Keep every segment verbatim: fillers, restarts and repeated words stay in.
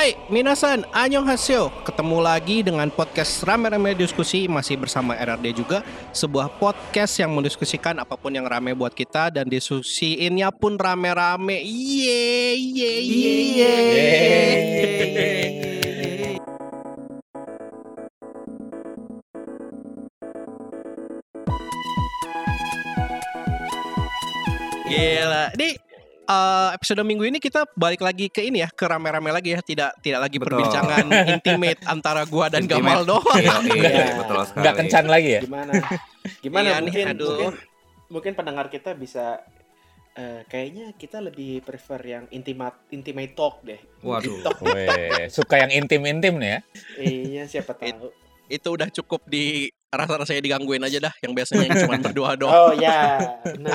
Hai, minasan, annyeonghaseyo. Ketemu lagi dengan podcast Rame-Rame Diskusi. Masih bersama R R D juga. Sebuah podcast yang mendiskusikan apapun yang rame buat kita. Dan diskusiinnya pun rame-rame. Yeay, yeay, yeay. Gila, ini uh, episode minggu ini kita balik lagi ke ini ya, ke rame-rame lagi ya, tidak tidak lagi Betul. perbincangan intimate antara gua dan Intimate. Gamal doang. Iya, iya, betul sekali. Nggak kencan lagi ya? Gimana? Gimana Iya nih, mungkin, aduh. mungkin mungkin pendengar kita bisa eh, kayaknya kita lebih prefer yang intimate intimate talk deh. Waduh. Talk. Weh, suka yang intim-intim nih ya? Iya, siapa tahu. Itu udah cukup di rasa-rasanya digangguin aja dah, yang biasanya yang cuma berdua doang. Oh ya. Nah,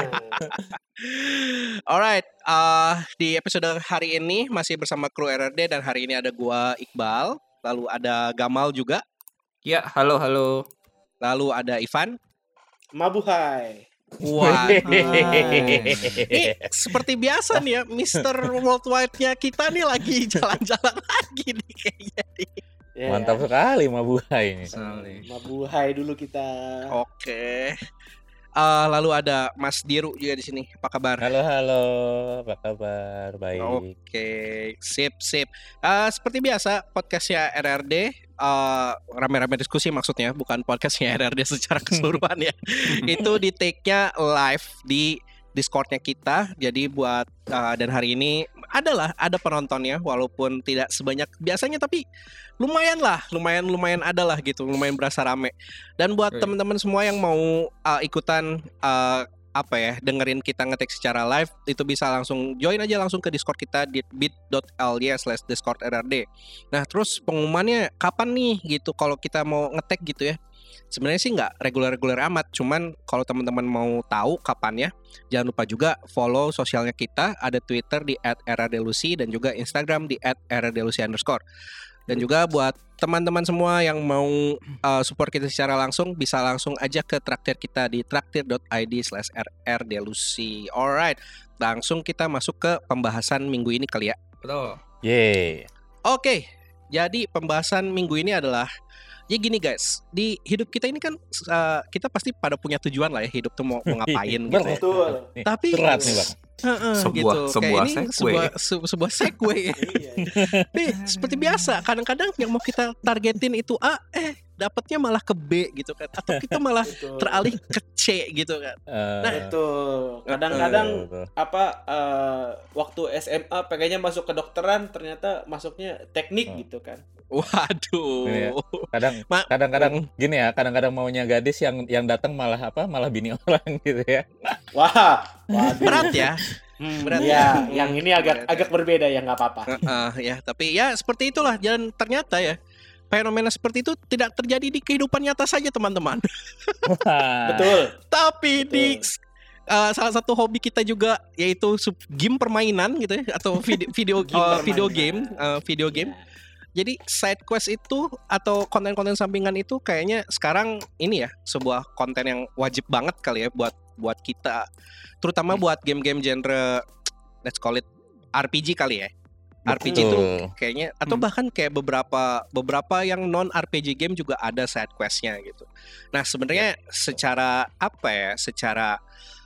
Alright, uh, di episode hari ini masih bersama kru R R D dan hari ini ada gua Iqbal, lalu ada Gamal juga, Ya, halo, halo. lalu ada Ivan. mabuhay. Wah, Hai. ini seperti biasa nih ya, Mister Worldwide-nya kita nih lagi jalan-jalan lagi nih kayaknya nih. Ya, Mantap sekali Mabuhay ini. Sekali. mabuhay dulu kita. Oke. Uh, lalu ada Mas Diru juga di sini. Apa kabar? Halo, halo. Apa kabar? Baik. Oke, sip, sip. Uh, seperti biasa, podcastnya R R D, uh, rame-rame diskusi maksudnya, bukan podcastnya R R D secara keseluruhan ya. Itu di take-nya live di Discord-nya kita. Jadi buat uh, dan hari ini adalah ada penontonnya, walaupun tidak sebanyak biasanya, tapi lumayan lah, lumayan lumayan ada lah gitu, lumayan berasa rame. Dan buat Oke. teman-teman semua yang mau uh, ikutan uh, apa ya, dengerin kita ngetik secara live, itu bisa langsung join aja langsung ke Discord kita di bit.ly slash discord rrd. Nah terus pengumumannya kapan nih gitu kalau kita mau ngetek gitu ya. Sebenarnya sih nggak reguler-reguler amat, cuman kalau teman-teman mau tahu kapan ya, jangan lupa juga follow sosialnya kita, ada Twitter di at rrdlucy dan juga Instagram di at rrdlucy underscore. Dan juga buat teman-teman semua yang mau uh, support kita secara langsung, bisa langsung aja ke traktir kita di traktir.id slash rrdlucy. Alright, langsung kita masuk ke pembahasan minggu ini kali ya. Betul. Yeay. Oke, jadi pembahasan minggu ini adalah, ya gini guys, di hidup kita ini kan uh, kita pasti pada punya tujuan lah ya, hidup tuh mau, mau ngapain gitu ya. Betul. Nih, Tapi berat nih bang. Heeh, Sebuah- gitu. sebuah Kayak ini segue. sebuah, se- sebuah segue. Iya. Tapi seperti biasa, kadang-kadang yang mau kita targetin itu A, eh dapatnya malah ke B gitu kan, atau kita malah Betul. teralih ke C gitu kan. Eh, Betul. Kadang-kadang betul. apa eh, waktu S M A pengennya masuk ke dokteran, ternyata masuknya teknik Hmm. gitu kan. Waduh. Ini ya. kadang Ma- kadang-kadang gini ya, kadang-kadang maunya gadis yang yang datang malah apa? Malah bini orang gitu ya. Wah, waduh. Berat ya. Hmm, Berat ya, ya. yang ini agak Berat. agak berbeda ya, nggak apa-apa. Heeh, ya, tapi ya seperti itulah. Dan ternyata ya, fenomena seperti itu tidak terjadi di kehidupan nyata saja teman-teman. Wah. Betul. Tapi Betul. di uh, salah satu hobi kita juga, yaitu sub- game permainan gitu ya, atau video video Game uh, video permainan. game, uh, video game. Ya. Jadi side quest itu atau konten-konten sampingan itu kayaknya sekarang ini ya, sebuah konten yang wajib banget kali ya buat buat kita, terutama buat game-game genre, let's call it R P G kali ya. R P G itu Betul. kayaknya, atau Hmm. bahkan kayak beberapa beberapa yang non R P G game juga ada side questnya gitu. Nah sebenarnya secara apa ya, secara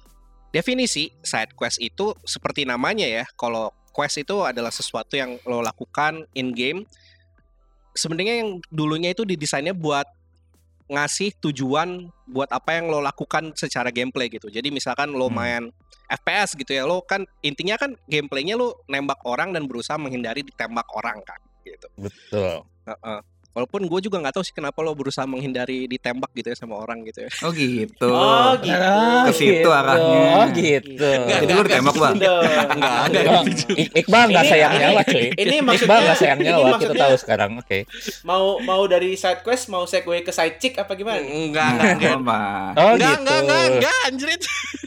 definisi side quest itu seperti namanya ya, kalau quest itu adalah sesuatu yang lo lakukan in game. Sebenarnya yang dulunya itu didesainnya buat ngasih tujuan buat apa yang lo lakukan secara gameplay gitu. Jadi misalkan lo Hmm. main F P S gitu ya, lo kan intinya kan gameplaynya lo nembak orang dan berusaha menghindari ditembak orang kan gitu. Betul. Heeh. Walaupun gue juga nggak tahu sih kenapa lo berusaha menghindari ditembak gitu ya sama orang gitu ya. Oh gitu. Oh, gitu. Oh, Ke situ gitu. arahnya. Oh gitu. Nggak, Jadi lu ditembak, Bang? Betul. Enggak, enggak Bang, gitu. Ik- Iqbal nggak Ini- sayang ini- nyawa cuy. ini Iqbal maksudnya- nggak sayang ini nyawa, kita maksudnya- tahu sekarang. Oke. Mau mau dari side quest mau segue ke side chick apa gimana? Enggak, enggak, enggak. Apa? Oh Enggak, gitu. enggak, enggak, enggak, anjrit.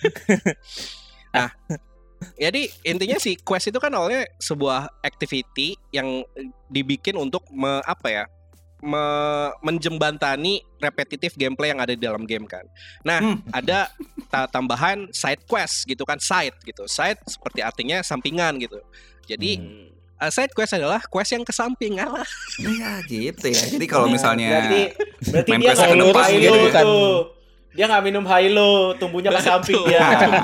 Nah, jadi intinya sih quest itu kan awalnya sebuah activity yang dibikin untuk me, apa ya, me- menjembatani repetitif gameplay yang ada di dalam game kan. Nah, Hmm. ada ta- tambahan side quest gitu kan, side gitu. Side seperti artinya sampingan gitu. Jadi Hmm. Uh, side quest adalah quest yang ke samping. Alah. Iya gitu ya. Jadi kalau Nah, misalnya berarti berarti main dia quest nggak ke minum depan lurus Hilo gitu kan. tuh. Dia nggak minum Hilo, tumbuhnya ke samping dia.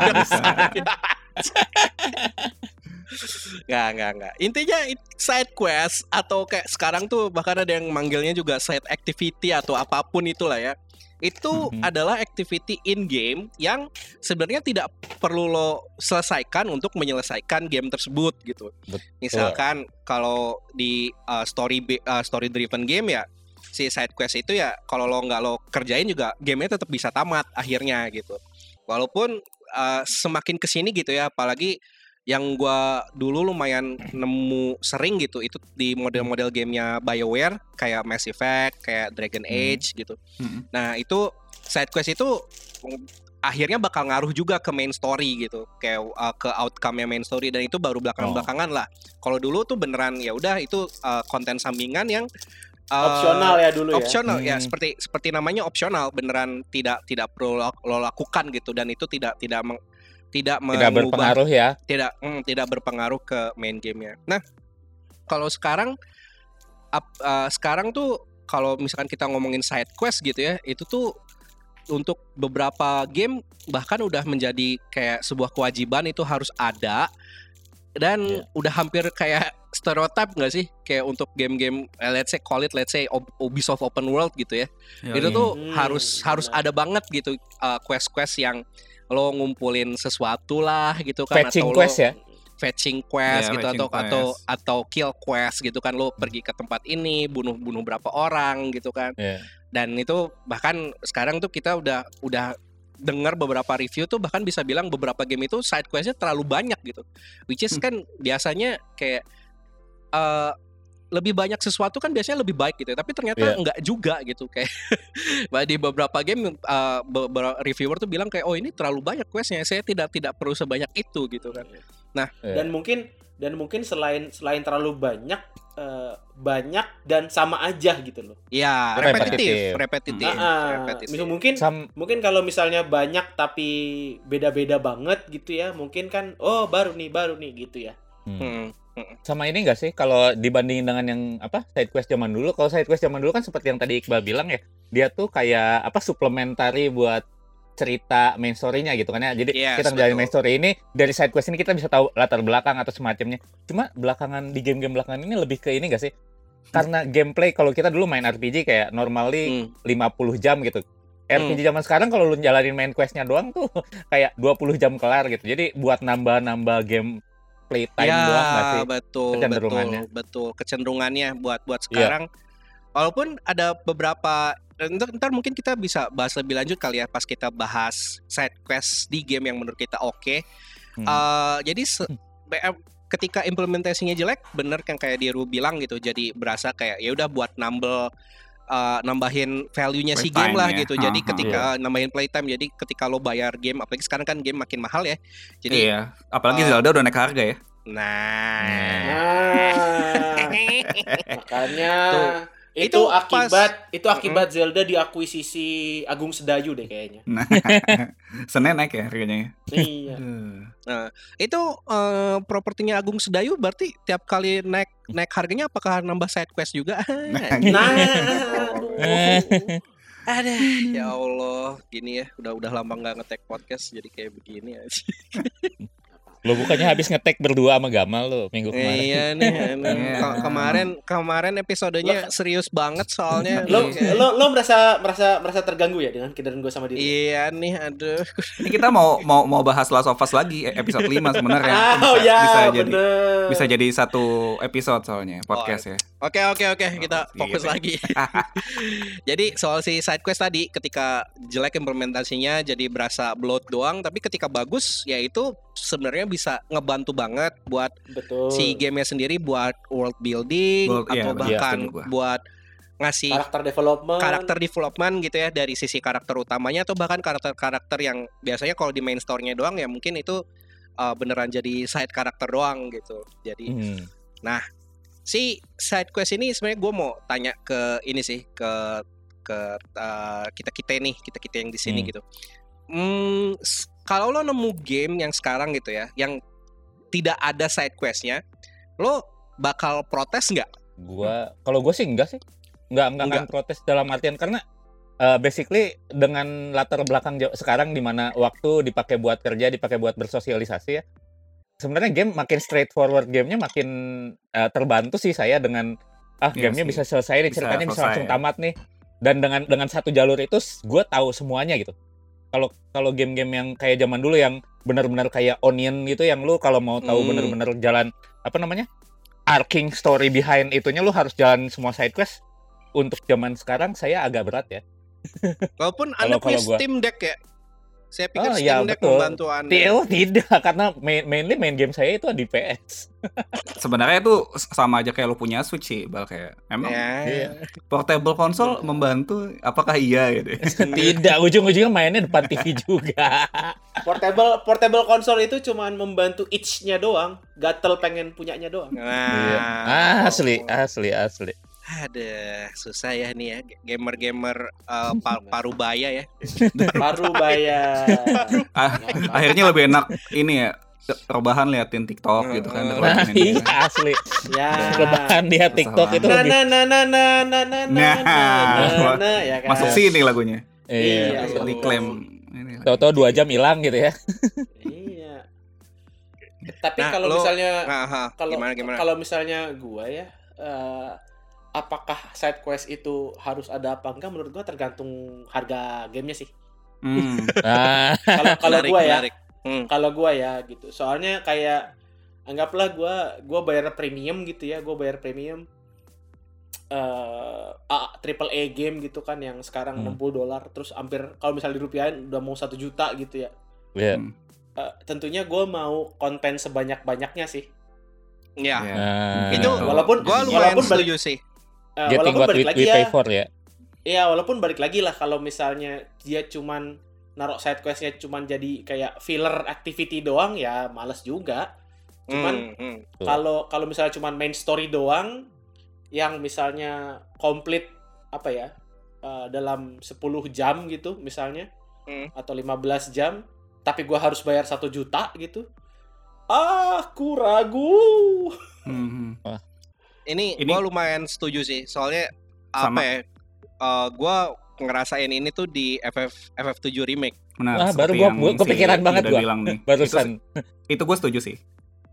Nggak, nggak, nggak. Intinya it- side quest atau kayak sekarang tuh bahkan ada yang manggilnya juga side activity atau apapun itulah ya. Itu Mhm. adalah activity in game yang sebenarnya tidak perlu lo selesaikan untuk menyelesaikan game tersebut gitu. Betul. Misalkan kalau di uh, story be- uh, story driven game ya si side quest itu ya kalau lo nggak lo kerjain juga gamenya tetap bisa tamat akhirnya gitu. Walaupun uh, semakin kesini gitu ya, apalagi yang gua dulu lumayan nemu sering gitu itu di model-model gamenya BioWare kayak Mass Effect, kayak Dragon Hmm. Age gitu. Mm-mm. Nah itu side quest itu mm, akhirnya bakal ngaruh juga ke main story gitu, kayak uh, ke outcome-nya main story dan itu baru belakangan-belakangan lah. Kalau dulu tuh beneran ya udah itu uh, konten sampingan yang uh, Opsional ya dulu ya. opsional ya Hmm. seperti seperti namanya opsional, beneran tidak tidak perlu lo, lo lakukan gitu dan itu tidak tidak meng, tidak Tidak mengubah berpengaruh ya. tidak mm, tidak berpengaruh ke main gamenya. Nah kalau sekarang up- uh, sekarang tuh kalau misalkan kita ngomongin side quest gitu ya, itu tuh untuk beberapa game bahkan udah menjadi kayak sebuah kewajiban itu harus ada dan Iya. udah hampir kayak stereotype nggak sih kayak untuk game-game eh, let's say call it let's say Ob- Ubisoft open world gitu ya. Yoi. Itu tuh Hmm, harus harus benar. ada banget gitu uh, quest-quest yang lo ngumpulin sesuatu lah gitu kan Fetching atau quest lo ya. fetching quest Iya, gitu fetching atau atau quest. atau kill quest gitu kan, lo pergi ke tempat ini bunuh-bunuh berapa orang gitu kan. Iya. Dan itu bahkan sekarang tuh kita udah udah dengar beberapa review tuh bahkan bisa bilang beberapa game itu side questnya terlalu banyak gitu, which is kan biasanya kayak eh, lebih banyak sesuatu kan biasanya lebih baik gitu ya. Tapi ternyata Iya. enggak juga gitu kayak di beberapa game uh, beberapa reviewer tuh bilang kayak oh ini terlalu banyak questnya, saya tidak tidak perlu sebanyak itu gitu kan. Iya. Dan mungkin dan mungkin selain selain terlalu banyak eh, banyak dan sama aja gitu loh. Ya Repetitif. repetitif, repetitif, Ah, ah. repetitif. Misal mungkin Sam- mungkin kalau misalnya banyak tapi beda-beda banget gitu ya, mungkin kan oh baru nih baru nih gitu ya. Hmm. Hmm. Sama ini enggak sih kalau dibandingin dengan yang apa side quest zaman dulu? Kalau side quest zaman dulu kan seperti yang tadi Iqbal bilang ya, dia tuh kayak apa suplementari buat cerita main story-nya gitu kan ya. Jadi Yes, kita ngejalanin betul. main story ini dari side quest ini kita bisa tahu latar belakang atau semacamnya. Cuma belakangan di game-game belakangan ini lebih ke ini enggak sih? Karena gameplay kalau kita dulu main R P G kayak normally Hmm. lima puluh jam gitu. R P G zaman sekarang kalau lu jalanin main quest-nya doang tuh kayak dua puluh jam kelar gitu. Jadi buat nambah-nambah game playtime Ya, doang nggak sih? betul, kecenderungannya? betul, betul. Kecenderungannya buat buat sekarang. Walaupun ada beberapa, ntar, ntar mungkin kita bisa bahas lebih lanjut kali ya pas kita bahas side quest di game yang menurut kita oke. Hmm. Eh, jadi se- be- eh, ketika implementasinya jelek, bener yang kayak Diru bilang gitu. Jadi berasa kayak ya udah buat nambel eh, nambahin value-nya si game Playtime lah ya. gitu. Jadi Ha, ha. ketika nambahin playtime, jadi ketika lo bayar game, apalagi sekarang kan game makin mahal ya. Jadi Iya, apalagi uh, Zelda udah naik harga ya. nah, Nah, makanya itu, Itu pas- akibat itu akibat Zelda diakuisisi Agung Sedayu deh kayaknya. Nah, Senin naik ya harganya ya. Iya. Aduh. itu eh, propertinya Agung Sedayu berarti tiap kali naik naik harganya apakah nambah side quest juga? Nah, Eh. Ada ya Allah, gini ya, udah udah lama nggak ngetek podcast jadi kayak begini aja. Lo bukannya habis ngetek berdua sama Gamal lo minggu kemarin. Iya nih, emang Iya. ke- kemarin kemarin episodenya serius banget soalnya. lo Kayak- lo lo merasa merasa merasa terganggu ya dengan kedengaran gue sama dia. Iya nih, aduh. Ini kita mau mau mau bahas Last of Us lagi e- episode lima sebenarnya. Oh bisa, ya, bisa jadi bener. bisa jadi satu episode soalnya podcast ya. Oke oke oke, kita Oh, fokus gitu. lagi. Jadi soal si side quest tadi, ketika jelek implementasinya jadi berasa bloat doang, tapi ketika bagus ya itu sebenarnya bisa ngebantu banget buat Betul. si gamenya sendiri, buat world building World- iya, atau betul. bahkan Iya, setuju gua. buat ngasih karakter development. karakter development gitu ya dari sisi karakter utamanya atau bahkan karakter-karakter yang biasanya kalau di main store-nya doang ya mungkin itu uh, beneran jadi side karakter doang gitu. Jadi Hmm. si side quest ini sebenarnya gue mau tanya ke ini sih, ke ke uh, kita kita nih kita kita yang di sini Hmm. gitu. Hmm, s- kalau lo nemu game yang sekarang gitu ya, yang tidak ada side questnya, lo bakal protes nggak? Gua kalau gue sih enggak sih. Enggak enggak akan Enggak. protes dalam artian karena uh, basically dengan latar belakang jauh- sekarang di mana waktu dipakai buat kerja, dipakai buat bersosialisasi ya. Sebenarnya game makin straightforward, gamenya makin uh, terbantu sih saya dengan ah Iya gamenya sih. bisa selesai nih, Bisa ceritanya bisa selesai, langsung ya. tamat nih. Dan dengan dengan satu jalur itu gue tahu semuanya gitu. Kalau kalau game-game yang kayak zaman dulu yang benar-benar kayak Onion gitu yang lu kalau mau tahu Hmm. benar-benar jalan apa namanya? Arcing story behind itunya lu harus jalan semua side quest. Untuk zaman sekarang saya agak berat ya. Walaupun Kalau- Anda punya kalau gua- Steam Deck ya. Saya pikir Oh, Steam ya, Deck betul. membantu Anda. Tio tidak karena main, mainly main game saya itu di P S. Sebenarnya itu sama aja kayak lu punya Switch sih, Bal, kayak emang Ya. Iya. portable konsol membantu, apakah iya gitu. Tidak, ujung-ujungnya mainnya depan T V juga. Portable portable konsol itu cuman membantu itch-nya doang, gatel pengen punyanya doang. Nah, Iya. Asli, oh. asli, asli. Ada susah ya nih ya gamer-gamer uh, pa- parubaya ya. Baru bayar. Ah, akhirnya lebih enak ini ya, rebahan liatin TikTok gitu kan. Nah, Nah, daripada main iya game. asli. Ya. Lebahan dia TikTok itu Nah, lebih. nah, nah, nah, nah, nah, nah, Nah, nah, nah, ya kan. Masuk sini lagunya. Iya, Iya. betul. Diklaim. Ini lagi. Tahu-tahu dua jam hilang gitu ya. Iya. Tapi Nah, kalau lo- misalnya Nah, ha, kalau gimana gimana? kalau misalnya gua ya eh, apakah side quest itu harus ada apa enggak, menurut gua tergantung harga gamenya sih. Hmm. Nah, Kalau kalau Menarik, gua ya, menarik. Hmm. kalau gua ya gitu. Soalnya kayak anggaplah gua gua bayar premium gitu ya, gua bayar premium eh A, triple A game gitu kan yang sekarang Hmm. enam puluh dolar, terus hampir kalau misalnya dirupiahin udah mau satu juta gitu ya. ya. Hmm. Eh, tentunya gua mau konten sebanyak-banyaknya sih. Ya. Ya. Nah, Itu Walaupun- gua Jadi, lumayan walaupun balik- setuju sih. Eh, getting walaupun what balik we, lagi we ya. pay for ya. Iya, walaupun balik lagi lah kalau misalnya dia cuman naruh side quest-nya cuman jadi kayak filler activity doang ya males juga. Cuman Hmm, hmm. Betul. kalau kalau misalnya cuman main story doang yang misalnya komplit apa ya eh, dalam sepuluh jam gitu misalnya Hmm. atau lima belas jam tapi gua harus bayar satu juta gitu. Ah, aku ragu. Hmm. Ini, Ini- gua lumayan setuju sih. Soalnya apa Sama. ya? Uh, gua ngerasain ini tuh di F F F F tujuh remake. Benar. Wah, baru seperti gua- yang gua si kepikiran banget Yuda gua. bilang nih. Barusan. Itu, itu gue setuju sih.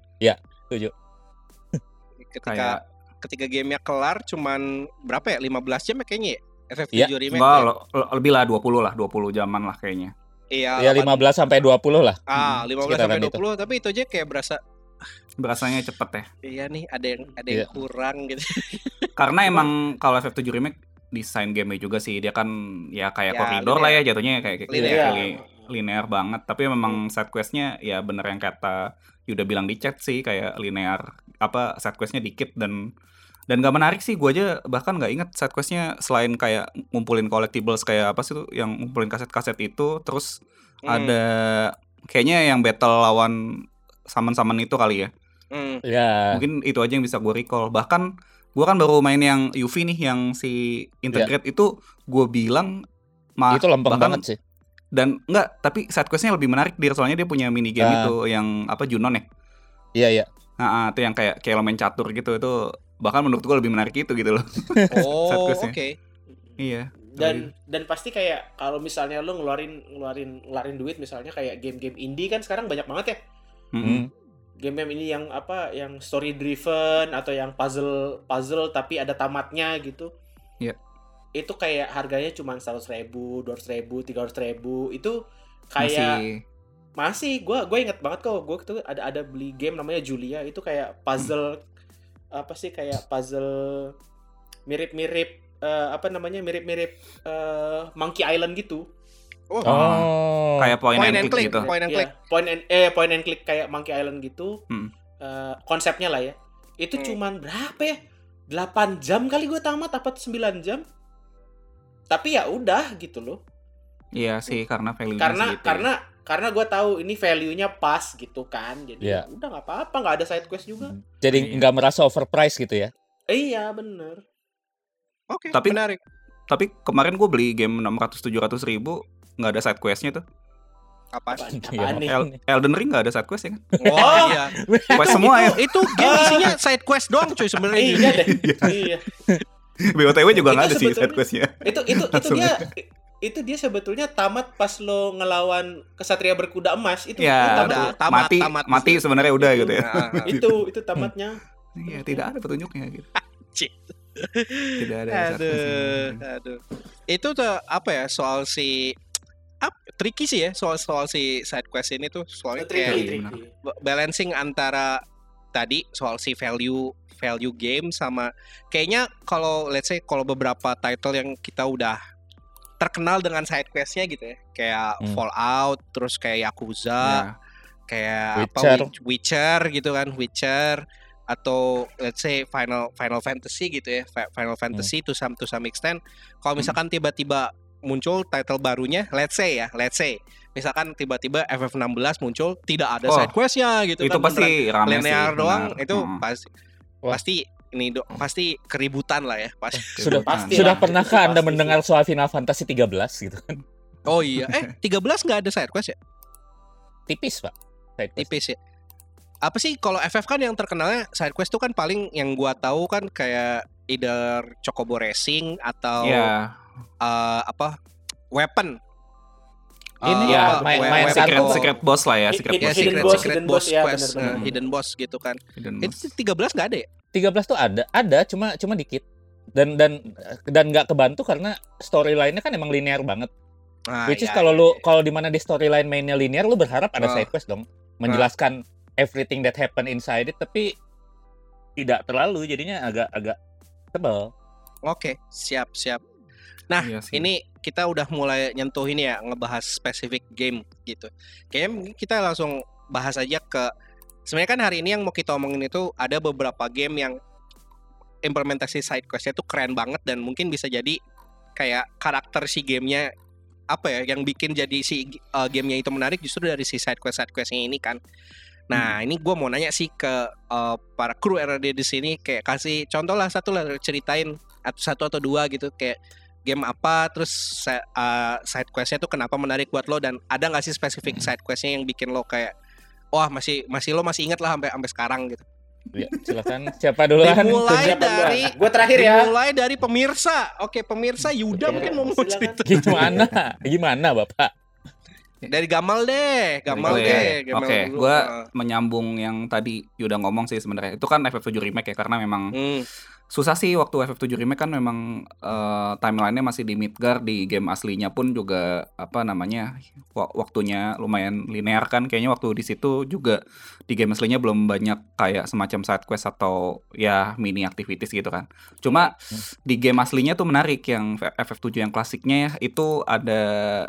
Ketika Kayak ketika gamenya kelar cuman berapa ya? lima belas jam ya kayaknya ya? F F Iya. tujuh remake. enggak, tuh ya? lo- lo- lebih lah dua puluh lah, dua puluh jaman lah kayaknya. Iya, Ya delapan- lima belas sampai dua puluh lah. Ah, lima belas sampai sekitaran dua puluh, tapi itu aja kayak berasa Berasanya cepet ya. iya nih ada yang ada yang Iya. kurang gitu. Karena emang kalau F F tujuh remake desain game juga sih, dia kan ya kayak Ya, koridor lah ya jatuhnya, kayak kayak Linear. kayak li- linear banget. Tapi memang side questnya ya bener yang kata Yuda bilang di chat sih, kayak linear, apa side questnya dikit dan dan gak menarik sih. Gue aja bahkan nggak inget side questnya selain kayak ngumpulin collectibles kayak apa sih tuh yang ngumpulin kaset-kaset itu, terus Hmm, ada kayaknya yang battle lawan summon-summon itu kali ya. hmm. Ya. Mungkin itu aja yang bisa gue recall. Bahkan gue kan baru main yang U V nih, yang si Integrate itu gue bilang mah Itu lempeng bahkan- banget sih. dan enggak, tapi side questnya lebih menarik dir, soalnya dia punya mini game Ah. itu yang apa Junon ya. Iya, iya. Nah, itu yang kayak kayak lo main catur gitu, itu bahkan menurut gue lebih menarik itu gitu loh. Oh, Side oke. questnya. Iya. Dan dan pasti kayak kalau misalnya lu ngeluarin ngeluarin ngeluarin duit misalnya kayak game-game indie kan sekarang banyak banget ya. Mm-mm. Hmm. Game-game ini yang apa yang story driven atau yang puzzle puzzle tapi ada tamatnya gitu. Iya. Itu kayak harganya cuma seratus ribu, dua ratus ribu, tiga ratus ribu. Itu kayak Masih masih gue gue inget banget kok, gue tuh ada ada beli game namanya Julia, itu kayak puzzle apa sih, kayak puzzle mirip-mirip eh, apa namanya mirip-mirip eh, Monkey Island gitu. Oh, Oh. kayak point, point and and click click, gitu. point and Iya, click. point and eh point and click kayak Monkey Island gitu. Hmm. Eh, konsepnya lah ya. Itu Hmm. cuman berapa ya? delapan jam kali gue tamat, apa sembilan jam. Tapi ya udah gitu loh. Iya sih, karena value-nya Karena segitu ya. karena karena gue tahu ini value-nya pas gitu kan. Jadi Iya. ya udah nggak apa-apa, nggak ada side quest juga. Jadi Iya. nggak merasa overpriced gitu ya. Eh, iya bener. Oke, Tapi- menarik. Tapi kemarin gue beli game enam ratus tujuh ratus ribu nggak ada side questnya tuh. Apa? Apaan, Iya. apaan nih? El- Elden Ring nggak ada side quest ya kan? Oh iya. Quest semua ya. Itu game isinya side quest doang cuy sebenarnya. Iya deh. Iya. B O T W juga Itu nggak ada sih sebetulnya- side questnya. Itu itu itu Langsung. dia itu dia sebetulnya tamat pas lo ngelawan kesatria berkuda emas itu Ya, itu tamat. udah. ya. Tamat, mati, tamat. mati sebenarnya udah Itu. gitu ya. Nah, ah, ah. Itu itu tamatnya. Iya, tidak ada petunjuknya gitu. Cik. Tidak ada side Aduh, questnya. aduh. Itu tuh apa ya soal si up, tricky sih ya soal soal si side quest ini tuh soalnya Tricky, kayak Iya, tricky. b- balancing antara tadi soal si value value game sama kayaknya kalau let's say kalau beberapa title yang kita udah terkenal dengan side questnya gitu ya kayak Hmm. Fallout terus kayak Yakuza Ya. kayak apa Witcher. Witch- Witcher gitu kan Witcher atau let's say Final Final Fantasy gitu ya Fa- Final Fantasy to some to some extent kalau misalkan tiba-tiba muncul title barunya let's say ya let's say misalkan tiba-tiba F F enam belas muncul tidak ada Oh, side questnya gitu Itu kan pasti beneran rame sih. linear doang benar. itu Hmm. pasti Wah. pasti ini do, pasti keributan lah ya pasti. Sudah Pasti sudah lah, pernahkah itu Anda pasti mendengar soal Final Fantasy tiga belas gitu kan? Oh iya eh tiga belas nggak ada side quest ya Tipis, Pak. Side quest. tipis ya apa sih kalau F F kan yang terkenalnya side quest tuh kan paling yang gua tahu kan kayak either Chocobo Racing atau Iya. eh, apa weapon. Ini Eh, ya, apa, main- we- main weapon. Secret satu. secret boss lah ya, Hi- secret hi- Ya boss. hidden secret boss, secret hidden boss, boss, ya, quest, benar-benar. eh, hidden boss gitu kan. Hidden Itu boss. tiga belas nggak ada ya? tiga belas tuh ada, ada cuma cuma dikit. Dan dan dan nggak kebantu karena storyline-nya kan emang linear banget. Nah, Which is iya, kalau iya, lu iya. kalau di mana di storyline mainnya linear lu berharap ada Oh. side quest dong, menjelaskan everything that happen inside it, tapi tidak terlalu jadinya agak agak tebal. Oke, siap siap. Nah, Iya sih. ini kita udah mulai nyentuh ini ya, ngebahas spesifik game gitu. Kayaknya kita langsung bahas aja ke sebenarnya kan hari ini yang mau kita omongin itu ada beberapa game yang implementasi side questnya tuh keren banget dan mungkin bisa jadi kayak karakter si gamenya apa ya yang bikin jadi si uh, gamenya itu menarik justru dari si side quest side questnya ini kan. Nah ini gue mau nanya sih ke uh, para kru R D di sini kayak kasih contoh lah satu lah ceritain atau satu atau dua gitu kayak game apa terus uh, side questnya tuh kenapa menarik buat lo dan ada nggak sih spesifik side questnya yang bikin lo kayak wah masih masih lo masih inget lah sampai sampai sekarang gitu. Ya, silakan. Siapa duluan? Dimulai Siapa dari Gue terakhir ya. dimulai dari pemirsa. Oke pemirsa Yuda Oke, mungkin mau mau silakan. cerita Gimana? Gimana, Bapak? dari Gamal deh, Gamal Oh, deh. iya. Gamal Oke, dulu. gue Ah. menyambung yang tadi Yuda ngomong sih sebenarnya. Itu kan F F tujuh remake ya karena memang Hmm. susah sih waktu F F tujuh remake kan memang eh, timelinenya masih di Midgar, di game aslinya pun juga apa namanya wa- waktunya lumayan linear kan kayaknya waktu di situ juga di game aslinya belum banyak kayak semacam side quest atau ya mini activities gitu kan. Cuma di game aslinya tuh menarik yang F F tujuh yang klasiknya ya itu ada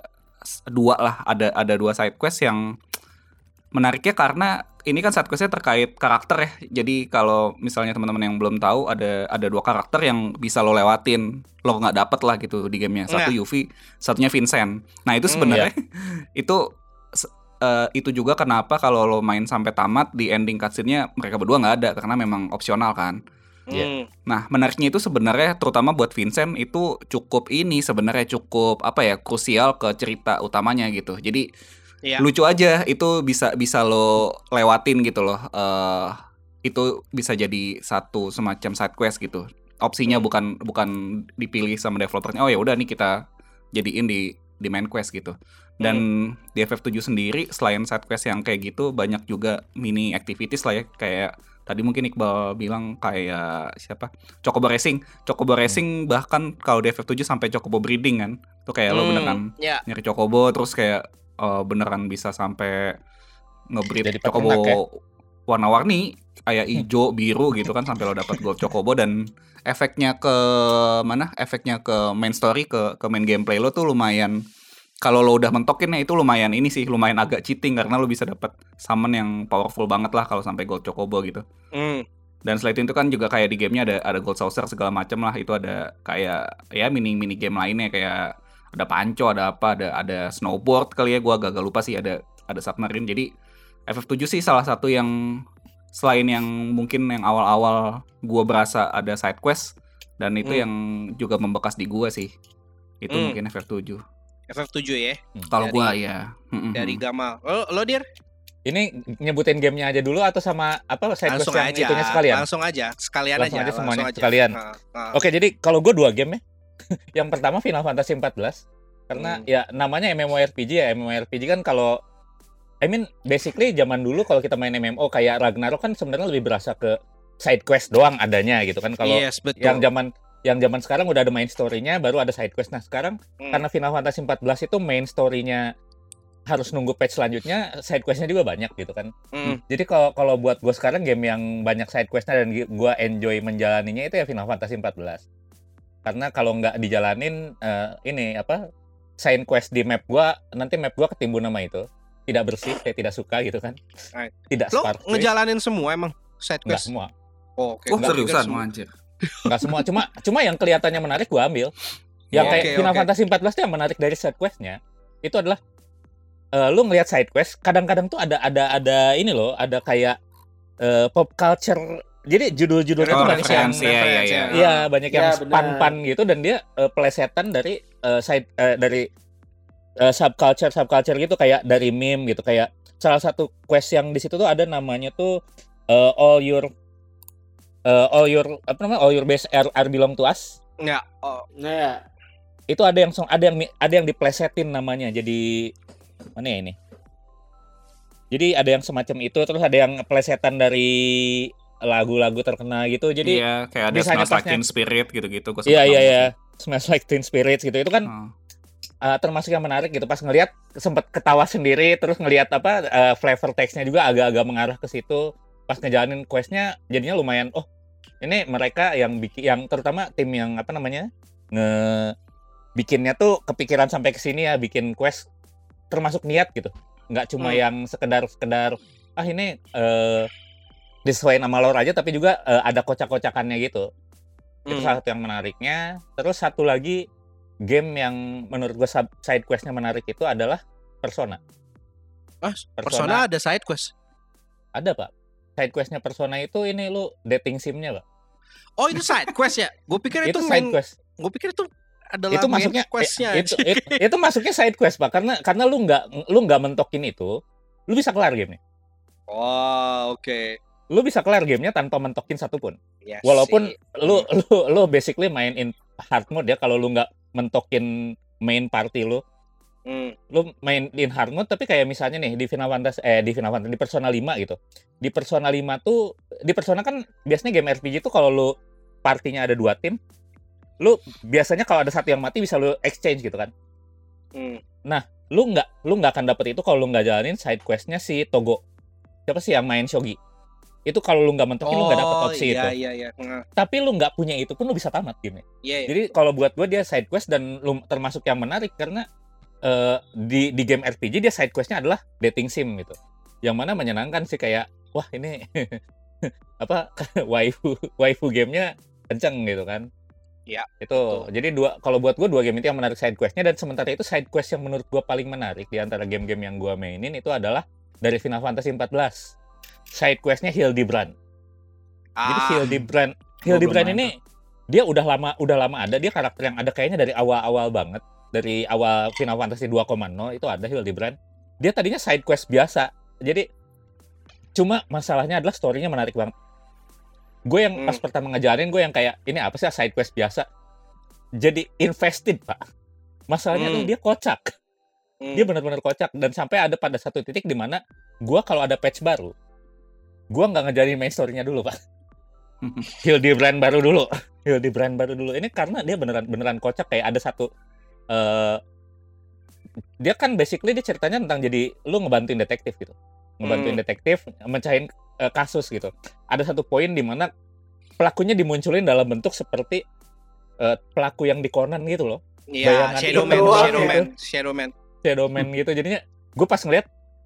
s- dua lah, ada ada dua side quest yang menariknya karena ini kan side questnya terkait karakter ya. Jadi kalau misalnya teman-teman yang belum tahu ada ada dua karakter yang bisa lo lewatin, lo nggak dapet lah gitu di gamenya. Satu Nah. Yuffie, satunya Vincent. Nah itu Hmm, sebenarnya itu se- eh, itu juga kenapa kalau lo main sampai tamat di ending cutscene-nya mereka berdua nggak ada karena memang opsional kan. Iya. Hmm. Nah, menariknya itu sebenarnya terutama buat Vincent itu cukup ini sebenarnya cukup apa ya krusial ke cerita utamanya gitu. Jadi Iya. lucu aja itu bisa bisa lo lewatin gitu loh. Eh itu bisa jadi satu semacam side quest gitu. Opsinya Hmm. bukan bukan dipilih sama developernya. Oh ya udah nih kita jadiin di di main quest gitu. Dan di F F tujuh sendiri selain side quest yang kayak gitu banyak juga mini activities lah ya kayak tadi mungkin Iqbal bilang kayak siapa? Chocobo Racing. Chocobo Racing bahkan kalau di F F tujuh sampai Chocobo breeding kan. Tuh kayak lo Hmm, beneran ya. nyari Chocobo terus kayak eh, beneran bisa sampai ngebreed Jadi Chocobo peternak ya? warna-warni kayak hijau, biru gitu kan sampai lo dapat gold Chocobo dan efeknya ke mana? Efeknya ke main story ke ke main gameplay lo tuh lumayan kalau lo udah mentokinnya itu lumayan ini sih lumayan agak cheating karena lo bisa dapat summon yang powerful banget lah kalau sampai gold Chocobo gitu. Hmm. Dan selain itu kan juga kayak di gamenya ada ada gold saucer segala macam lah itu ada kayak ya mini mini game lainnya kayak ada panco ada apa ada ada snowboard kali ya gua agak lupa sih ada ada submarine jadi F F tujuh sih salah satu yang selain yang mungkin yang awal-awal gua berasa ada side quest dan itu Hmm. yang juga membekas di gua sih itu Hmm. mungkin F F tujuh. F F tujuh ya. Kalau Dari- gua ya. Mm-mm. Dari Gamal. Lo, lo Dir? Ini nyebutin gamenya aja dulu atau sama apa side quest Langsung yang aja. itunya sekalian? Langsung aja. Sekalian Langsung aja. aja semuanya, langsung aja. sekalian. Nah, nah. Oke, jadi kalau gue dua game ya. Yang pertama Final Fantasy empat belas. Karena Hmm. ya namanya MMORPG ya. MMORPG kan kalau I mean basically zaman dulu kalau kita main M M O kayak Ragnarok kan sebenarnya lebih berasa ke side quest doang adanya gitu kan. Kalau Yes, betul. yang zaman yang zaman sekarang udah ada main story-nya, baru ada side quest. Nah, sekarang Hmm. karena Final Fantasy empat belas itu main story-nya harus nunggu patch selanjutnya, side quest-nya juga banyak gitu kan. Hmm. Jadi kalau kalau buat gue sekarang game yang banyak side quest-nya dan gue enjoy menjalaninya itu ya Final Fantasy empat belas. Karena kalau nggak dijalanin eh, ini apa side quest di map gue, nanti map gue ketimbun nama itu. Tidak bersih, saya tidak suka gitu kan. Right. Tidak Lo sparkly. ngejalanin semua emang side Nggak quest? semua. Oh, oke. Oh, Gua pikir seriusan semua. mau anjir. Nggak semua. Cuma cuma yang kelihatannya menarik gue ambil. Yang Oke, kayak Final oke. Fantasy empat belas itu yang menarik dari side quest-nya itu adalah eh, lu ngelihat side quest, kadang-kadang tuh ada ada ada ini loh, ada kayak eh, pop culture. Jadi judul-judulnya Oh, tuh banyak yang referensi, ya, ya, ya. iya, banyak yang Ya, span-pan gitu dan dia eh, plesetan dari eh, side eh, dari eh, subculture subculture gitu kayak dari meme gitu kayak salah satu quest yang di situ tuh ada namanya tuh eh, all your eh, all your apa namanya all your base are, are belong to us. Ya, oh, Nah, Itu ada yang song- ada yang mi- ada yang diplesetin namanya jadi mana ya ini? Jadi ada yang semacam itu terus ada yang plesetan dari lagu-lagu terkenal gitu. Jadi Iya, kayak ada misalnya Smells Like pasnya- Teen Spirit gitu-gitu. gua iya sempet iya nonton iya. sih. Smells Like Teen Spirit gitu. Itu kan Oh. uh, termasuk yang menarik gitu pas ngelihat sempat ketawa sendiri terus ngelihat apa uh, flavor text-nya juga agak-agak mengarah ke situ. Pas ngejalanin quest-nya jadinya lumayan oh, ini mereka yang bikin yang terutama tim yang apa namanya? nge bikinnya tuh kepikiran sampai ke sini ya bikin quest termasuk niat gitu. Nggak cuma Hmm. yang sekedar-sekedar ah ini eh disesuaikan sama lore aja tapi juga eh, ada kocak-kocakannya gitu. Itu Hmm. salah satu yang menariknya. Terus satu lagi game yang menurut gue sub- side quest-nya menarik itu adalah Persona. Ah, Persona. Persona ada side quest. Ada, Pak. Side quest-nya Persona itu ini lu dating sim-nya, Pak. Oh, itu side quest ya? Gue pikir itu, Itu main. side quest. Gue pikir itu adalah Itu main masuknya questnya. itu, itu, itu masuknya side quest, Pak. Karena karena lu nggak lu nggak mentokin itu, lu bisa kelar gamenya. Oh, oke. Lu bisa kelar gamenya tanpa mentokin satupun. Yes, Walaupun sih. lu lu lu basically main in hard mode ya kalau lu nggak mentokin main party lu. Hmm. Lu main in hard mode tapi kayak misalnya nih di Final Fantasy eh di Final Fantasy di Persona lima gitu. Di Persona lima tuh di Persona kan biasanya game R P G tuh kalau lu partinya ada dua tim, lu biasanya kalau ada satu yang mati bisa lu exchange gitu kan. Hmm. Lu nggak lu nggak akan dapet itu kalau lu nggak jalanin side questnya si Togo. Siapa sih yang main Shogi? Itu kalau lu nggak mentokin lu nggak dapet Oh, opsi iya, itu. iya, iya. Nah, Tapi lu nggak punya itu pun lu bisa tamat gamenya. iya, iya. Jadi kalau buat gue dia side quest dan lu termasuk yang menarik karena eh, di di game R P G dia side questnya adalah dating sim gitu. Yang mana menyenangkan sih kayak wah ini apa waifu waifu gamenya kenceng gitu kan. Iya, Itu betul. jadi dua kalau buat gue dua game itu yang menarik side questnya dan sementara itu side quest yang menurut gue paling menarik di antara game-game yang gue mainin itu adalah dari Final Fantasy empat belas. Side questnya Hildebrand. Jadi Ah, Hildebrand, Gua Hildebrand belum ini dia udah lama udah lama ada dia karakter yang ada kayaknya dari awal-awal banget dari awal Final Fantasy dua koma nol itu ada Hildebrand. Dia tadinya side quest biasa. Jadi cuma masalahnya adalah story-nya menarik banget. Gue yang Hmm. pas pertama ngejalanin gue yang kayak ini apa sih side quest biasa. Jadi invested, Pak. Masalahnya Hmm. tuh dia kocak. hmm. Dia benar-benar kocak dan sampai ada pada satu titik di mana gue kalau ada patch baru, gue nggak ngejalanin main story-nya dulu, Pak. Hildebrand baru dulu. Hildebrand baru dulu. Ini karena dia beneran beneran kocak kayak ada satu eh dia kan basically dia ceritanya tentang jadi lu ngebantuin detektif gitu. Ngebantuin Hmm. detektif mecahin eh, kasus gitu. Ada satu poin di mana pelakunya dimunculin dalam bentuk seperti eh, pelaku yang di Conan gitu loh. Iya, bayangan Shadow itu Man, doang Shadow gitu. Man, Shadow Man. Shadow Man gitu. Jadinya gue pas ngeliat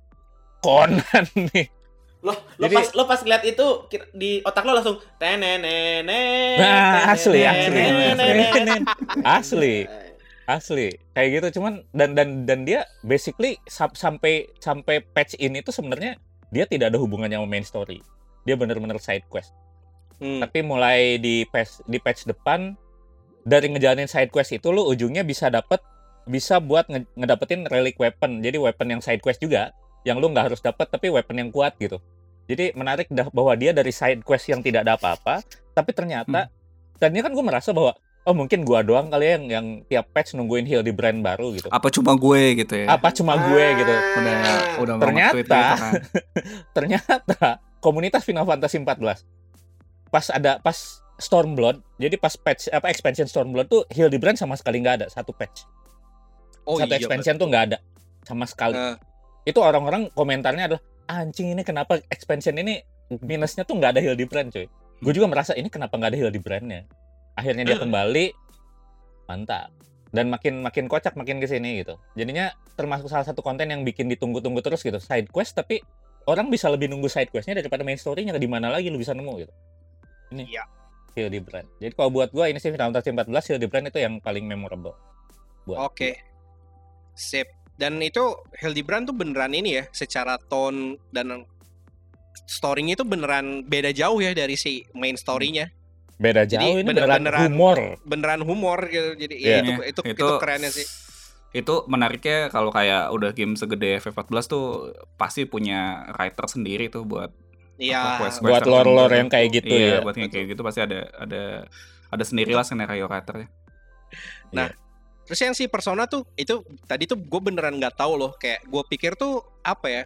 Conan nih. lo lo Jadi- pas lo pas ngeliat itu kira- di otak lo langsung tenenene. Nah, asli, asli, tenenene. asli. Asli kayak gitu cuman dan dan dan dia basically sam- sampai sampai patch ini tuh sebenarnya dia tidak ada hubungannya sama main story. Dia bener-bener side quest. Hmm. Tapi mulai di patch di patch depan dari ngejalanin side quest itu lu ujungnya bisa dapet bisa buat nge- ngedapetin relic weapon. Jadi weapon yang side quest juga, yang lu nggak harus dapat tapi weapon yang kuat gitu. Jadi menarik dah bahwa dia dari side quest yang tidak ada apa-apa, tapi ternyata tadinya kan gue merasa bahwa oh mungkin gua doang kali ya yang yang tiap patch nungguin Hildebrand baru gitu. Apa cuma gue gitu ya? Apa cuma gue gitu. Udah udah banget Ternyata tweet gitu kan. ternyata komunitas Final Fantasy empat belas pas ada pas Stormblood, jadi pas patch apa expansion Stormblood tuh Hildebrand sama sekali nggak ada satu patch. Oh Satu iya, expansion betul. tuh nggak ada sama sekali. Eh. Itu orang-orang komentarnya adalah anjing ini kenapa expansion ini minusnya tuh nggak ada Hildebrand coy. Gue juga merasa ini kenapa nggak ada Hildebrandnya. Akhirnya dia kembali, mantap. Dan makin makin kocak makin kesini gitu. Jadinya termasuk salah satu konten yang bikin ditunggu-tunggu terus gitu. Side quest tapi orang bisa lebih nunggu side questnya daripada main story-nya. Di mana lagi lu bisa nemu gitu. Ini Iya. Hildebrand. Jadi kalau buat gua ini sih Final Fantasy empat belas Hildebrand itu yang paling memorable. Buat Oke. Sip. Dan itu Hildebrand tuh beneran ini ya, secara tone dan story-nya itu beneran beda jauh ya dari si main story-nya. beda Jadi jauh ini bener- beneran, beneran- humor. Beneran humor gitu. Jadi Iya. ya, itu, itu itu Itu- kerennya sih. Itu menariknya kalau kayak udah game segede F F empat belas tuh pasti punya writer sendiri tuh buat Iya. apa, quest- Buat quest lore-lore tertentu. yang kayak gitu iya, ya. buat yang kayak gitu pasti ada ada ada sendirilah skenario writernya. Nah, terus yang si Persona tuh itu tadi tuh gue beneran nggak tahu loh, kayak gue pikir tuh apa ya,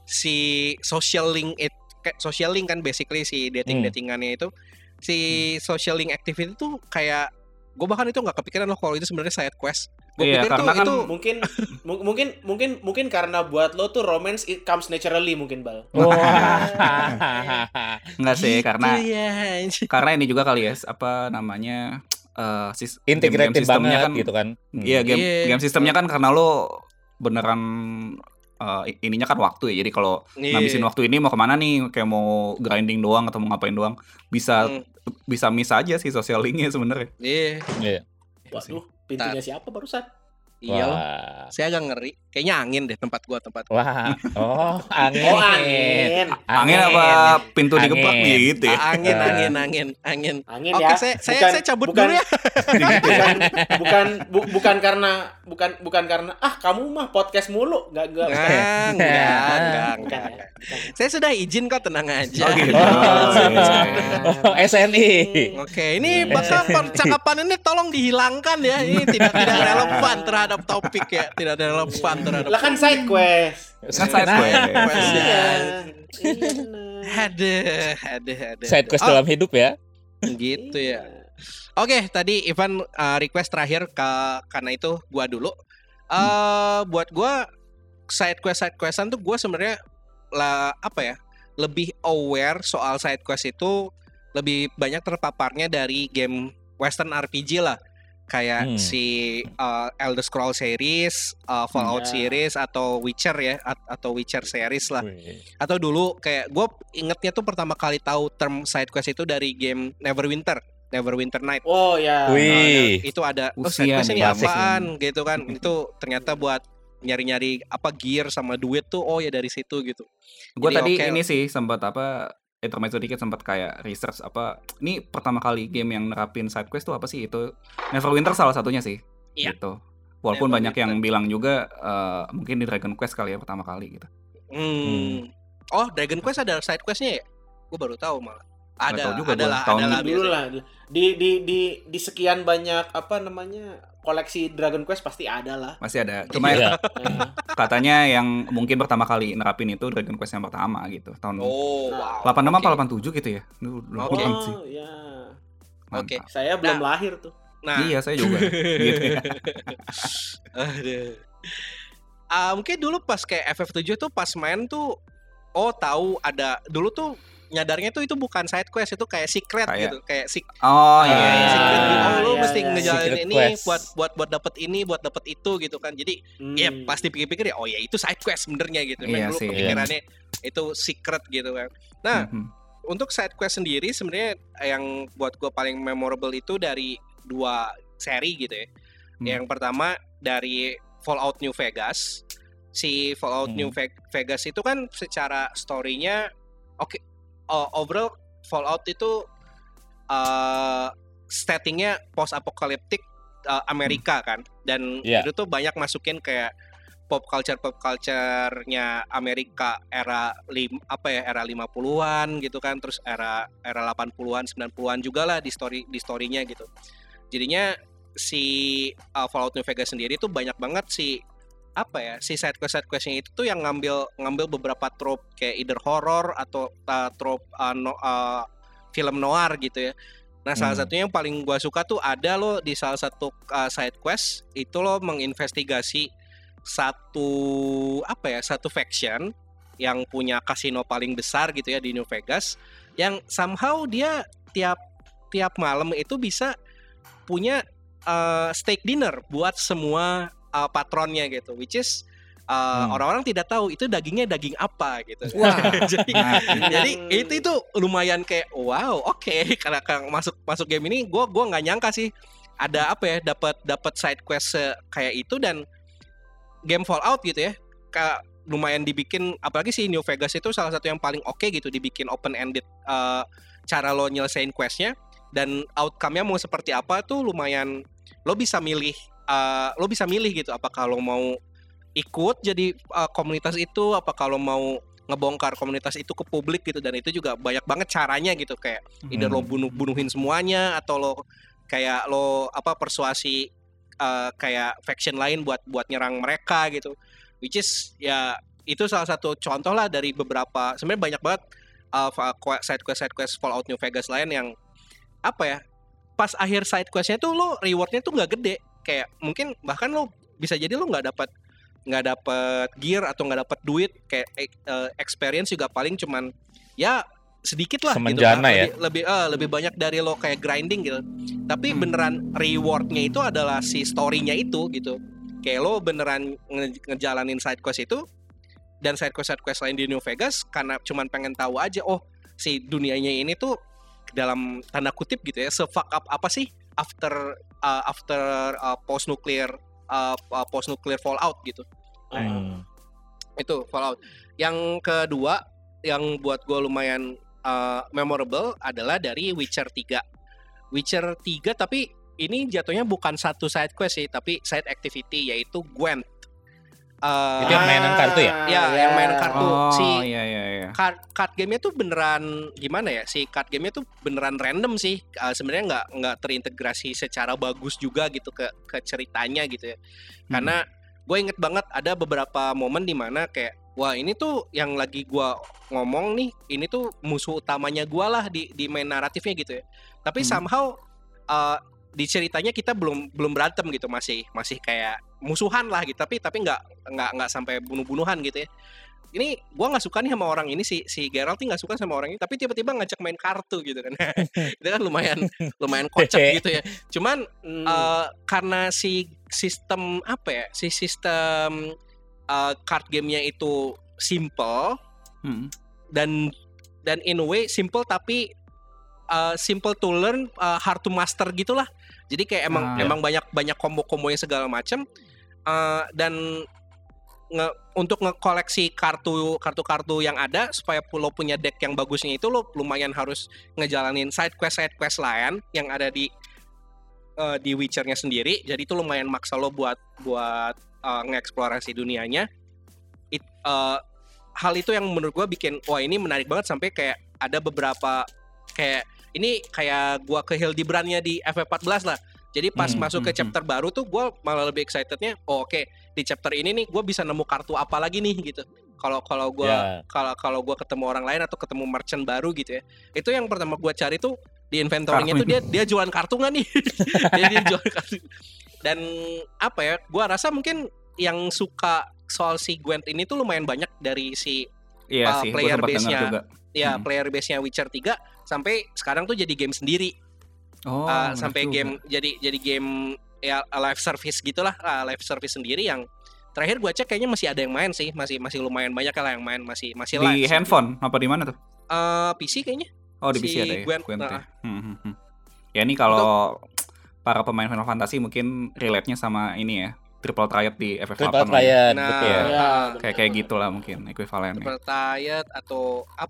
si social link it kayak social link kan basically si dating datingannya itu, si social link activity tuh kayak gue bahkan itu nggak kepikiran loh kalau itu sebenarnya side quest. Gue Iya, pikir tuh karena kan itu Mungkin mu- mungkin mungkin mungkin karena buat lo tuh romance it comes naturally mungkin Bal. Wah. Enggak sih, gitu karena ya. karena ini juga kali ya apa namanya eh sis, game-game Integrated sistemnya banget kan gitu kan. Hmm. Iya, game Iya. game sistemnya kan karena lo beneran eh, ininya kan waktu ya. Jadi kalau Iya. ngabisin waktu ini mau kemana nih, kayak mau grinding doang atau mau ngapain doang, bisa Hmm. bisa miss aja sih social linknya sebenarnya. Iya, Iya. Waduh, pintunya siapa barusan? iya loh. Wah. Saya agak ngeri. Kayaknya angin deh tempat gua tempat. Wah. Oh, angin. Oh, angin. Angin apa pintu digebrak Angin. nih gitu ya. Ah, angin, Eh. angin, angin, angin. Angin Oke, ya. saya saya Bukan- saya cabut bukan- dulu ya. bukan bukan bu- bukan karena bukan bukan karena ah kamu mah podcast mulu nggak nggak Nah, bukan. enggak, enggak, Bukan, enggak, bukan, enggak. bukan. Saya sudah izin kok, tenang aja. Oh gitu. Oh, S N I. Oke, ini bakal percakapan ini tolong dihilangkan ya. Ini tidak tidak relevan terhadap topik ya, tidak relevan terhadap. Lah kan side quest. Kan side quest. Quest, ya. Iya. Iya benar. Aduh, aduh, aduh. Side quest Oh, dalam hidup ya. gitu ya. Oke, tadi Ivan uh, request terakhir ke karena itu gua dulu. Uh, buat gua side quest side questan tuh gua sebenarnya lah apa ya? Lebih aware soal side quest itu lebih banyak terpaparnya dari game Western R P G lah. Kayak Hmm. si uh, Elder Scrolls series, uh, Fallout Ya. series atau Witcher ya at- atau Witcher series lah. Wih. Atau dulu kayak gue ingetnya tuh pertama kali tahu term side quest itu dari game Neverwinter, Neverwinter Night. Oh ya. Wih. Itu ada oh, Usia side quest nih, ini klasik apaan gitu kan. Itu ternyata buat nyari-nyari apa gear sama duit tuh oh ya dari situ gitu. Gue Jadi tadi oke. ini sih sempat apa intermezzo dikit sempat kayak research apa ini pertama kali game yang nerapin side quest tuh apa sih itu Neverwinter salah satunya sih Iya. gitu. Walaupun banyak yang Neverwinter. bilang juga eh, mungkin di Dragon Quest kali ya pertama kali gitu. Hmm. Oh, Dragon Quest ada side questnya ya? Gue baru tahu malah. Nggak Ada, tahu juga ada gua. lah, Tahun ada lah Dulu biasanya. lah di di di di sekian banyak apa namanya koleksi Dragon Quest pasti ada lah. Masih ada. Cuma Iya. Eh, katanya yang mungkin pertama kali nerapin itu Dragon Quest yang pertama gitu. Tahun Oh, Nah, wow. delapan enam Oke. apa delapan tujuh gitu ya. Duh, lupa Oke. banget sih. Oh ya. Mantap. Oke. Saya belum lahir tuh. Nah, Iya, saya juga. gitu ya. Aduh. Ah, mungkin dulu pas kayak F F tujuh tuh pas main tuh oh tahu ada dulu tuh nyadarnya tuh itu bukan side quest itu kayak secret Kayak- gitu kayak sek- Oh iya. Ah, iya. secret gitu. Oh lu iya, mesti iya. ngejalanin Secret ini quest. buat buat buat dapat ini buat dapat itu gitu kan. Jadi Hmm. ya pasti pikir-pikir ya oh ya itu side quest sebenarnya gitu. Iya Main dulu sih. kepikirannya itu secret gitu kan. Nah, Mhm. untuk side quest sendiri sebenarnya yang buat gue paling memorable itu dari dua seri gitu ya. Hmm. Yang pertama dari Fallout New Vegas. Si Fallout Hmm. New Ve- Vegas itu kan secara story-nya oke o- overall Fallout itu uh, settingnya post apokaliptik uh, Amerika kan, dan Iya. itu tuh banyak masukin kayak pop culture pop culture-nya Amerika era lim, apa ya era lima puluhan gitu kan, terus era era delapan puluhan sembilan puluhan juga lah di story di story-nya gitu. Jadinya si uh, Fallout New Vegas sendiri tuh banyak banget si apa ya si side quest side questnya itu tuh yang ngambil ngambil beberapa trope kayak either horror atau uh, trope uh, no, uh, film noir gitu ya. Nah, salah Hmm. satunya yang paling gua suka tuh ada lo di salah satu uh, side quest itu lo menginvestigasi satu apa ya satu faction yang punya kasino paling besar gitu ya di New Vegas, yang somehow dia tiap tiap malam itu bisa punya uh, steak dinner buat semua uh, patronnya gitu, which is uh, Hmm. orang-orang tidak tahu itu dagingnya daging apa gitu. Wah. jadi Nah, jadi itu itu lumayan kayak wow, oke karena kalau masuk masuk game ini gue gua nggak nyangka sih ada apa ya dapat dapat side quest se- kayak itu, dan game Fallout gitu ya kayak lumayan dibikin, apalagi sih New Vegas itu salah satu yang paling oke gitu dibikin open ended uh, cara lo nyelesain questnya, dan outcome-nya mau seperti apa tuh lumayan lo bisa milih uh, lo bisa milih gitu apakah lo mau ikut jadi uh, komunitas itu, apa kalau mau ngebongkar komunitas itu ke publik gitu, dan itu juga banyak banget caranya gitu kayak either lo Hmm. bunuh bunuhin semuanya atau lo kayak lo apa persuasi uh, kayak faction lain buat buat nyerang mereka gitu, which is ya itu salah satu contoh lah dari beberapa sebenarnya banyak banget uh, side quest side quest Fallout New Vegas lain yang apa ya pas akhir side questnya tuh lo rewardnya tuh nggak gede, kayak mungkin bahkan lo bisa jadi lo nggak dapat nggak dapet gear atau nggak dapet duit, kayak uh, experience juga paling cuman ya sedikit lah gitu, Semenjana ya. lebih lebih, uh, lebih banyak dari lo kayak grinding gitu, tapi Hmm. beneran rewardnya itu adalah si story-nya itu gitu, kayak lo beneran nge- ngejalanin side quest itu dan side quest side quest lain di New Vegas karena cuman pengen tahu aja oh si dunianya ini tuh dalam tanda kutip gitu ya se fuck up apa sih after uh, after uh, post nuclear uh, post nuclear Fallout gitu. Hmm. Itu Fallout. Yang kedua yang buat gue lumayan uh, memorable adalah dari Witcher tiga. Witcher tiga tapi ini jatuhnya bukan satu side quest sih, tapi side activity yaitu Gwent. Uh, Itu yang mainan kartu ya? Ya, yang mainan kartu. Oh, Si- iya iya iya. card card game-nya tuh beneran gimana ya? Si card game-nya tuh beneran random sih. Uh, sebenarnya nggak nggak terintegrasi secara bagus juga gitu ke ke ceritanya gitu ya. Karena gue inget banget ada beberapa momen di mana kayak wah ini tuh yang lagi gue ngomong nih, ini tuh musuh utamanya gue lah di di main naratifnya gitu ya. Tapi Hmm. somehow uh, di ceritanya kita belum belum berantem gitu, masih masih kayak musuhan lah gitu, tapi tapi nggak nggak nggak sampai bunuh-bunuhan gitu ya. Ini gua nggak suka nih sama orang ini, si si Geralt nih nggak suka sama orang ini, tapi tiba-tiba ngajak main kartu gitu kan. Itu kan lumayan lumayan kocak gitu ya. Cuman Hmm. eh, karena si sistem apa ya, si sistem eh, card gamenya itu simple Hmm. dan dan in a way simple tapi uh, simple to learn, uh, hard to master gitulah. Jadi kayak emang Ah. emang banyak banyak combo-combonya segala macam, uh, dan nge, untuk ngekoleksi kartu kartu-kartu yang ada supaya lo punya deck yang bagusnya itu lo lumayan harus ngejalanin side quest side quest lain yang ada di uh, di Witcher-nya sendiri. Jadi itu lumayan maksa lo buat buat uh, ngeksplorasi dunianya. It, uh, hal itu yang menurut gue bikin wah ini menarik banget, sampai kayak ada beberapa kayak ini kayak gue ke Hildebrandnya di F F empat belas lah. Jadi pas Hmm, masuk ke hmm, chapter baru tuh gue malah lebih excitednya oh oke di chapter ini nih gue bisa nemu kartu apa lagi nih gitu. Kalau kalau gue Ya. kalau kalau gue ketemu orang lain atau ketemu merchant baru gitu ya, itu yang pertama gue cari tuh di inventory-nya Kartu. tuh dia dia jualan kartu nggak nih. dia, dia jualan kartu. Dan apa ya, gue rasa mungkin yang suka soal si Gwent ini tuh lumayan banyak dari si Iya Uh, sih, gue player sempat dengar base-nya. juga. ya Hmm. player base-nya Witcher tiga sampai sekarang tuh jadi game sendiri. Oh, Uh, benar sampai juga. game jadi jadi game ya live service gitulah, uh, live service sendiri yang terakhir gue cek kayaknya masih ada yang main sih, masih masih lumayan banyak lah yang main, masih masih live di sih. handphone apa di mana tuh? Uh, P C kayaknya. Oh, di Si P C ada ya. Gwent, Gwent ya. nah. Hmm, hmm, hmm. Ya ini kalau para pemain Final Fantasy mungkin relate-nya sama ini ya, Triple Triad di F F Triple delapan lah ya. Triad, Nah, betul. Ya, uh, Kayak kayak gitulah mungkin ekuivalennya. Triple Triad atau apa tuh?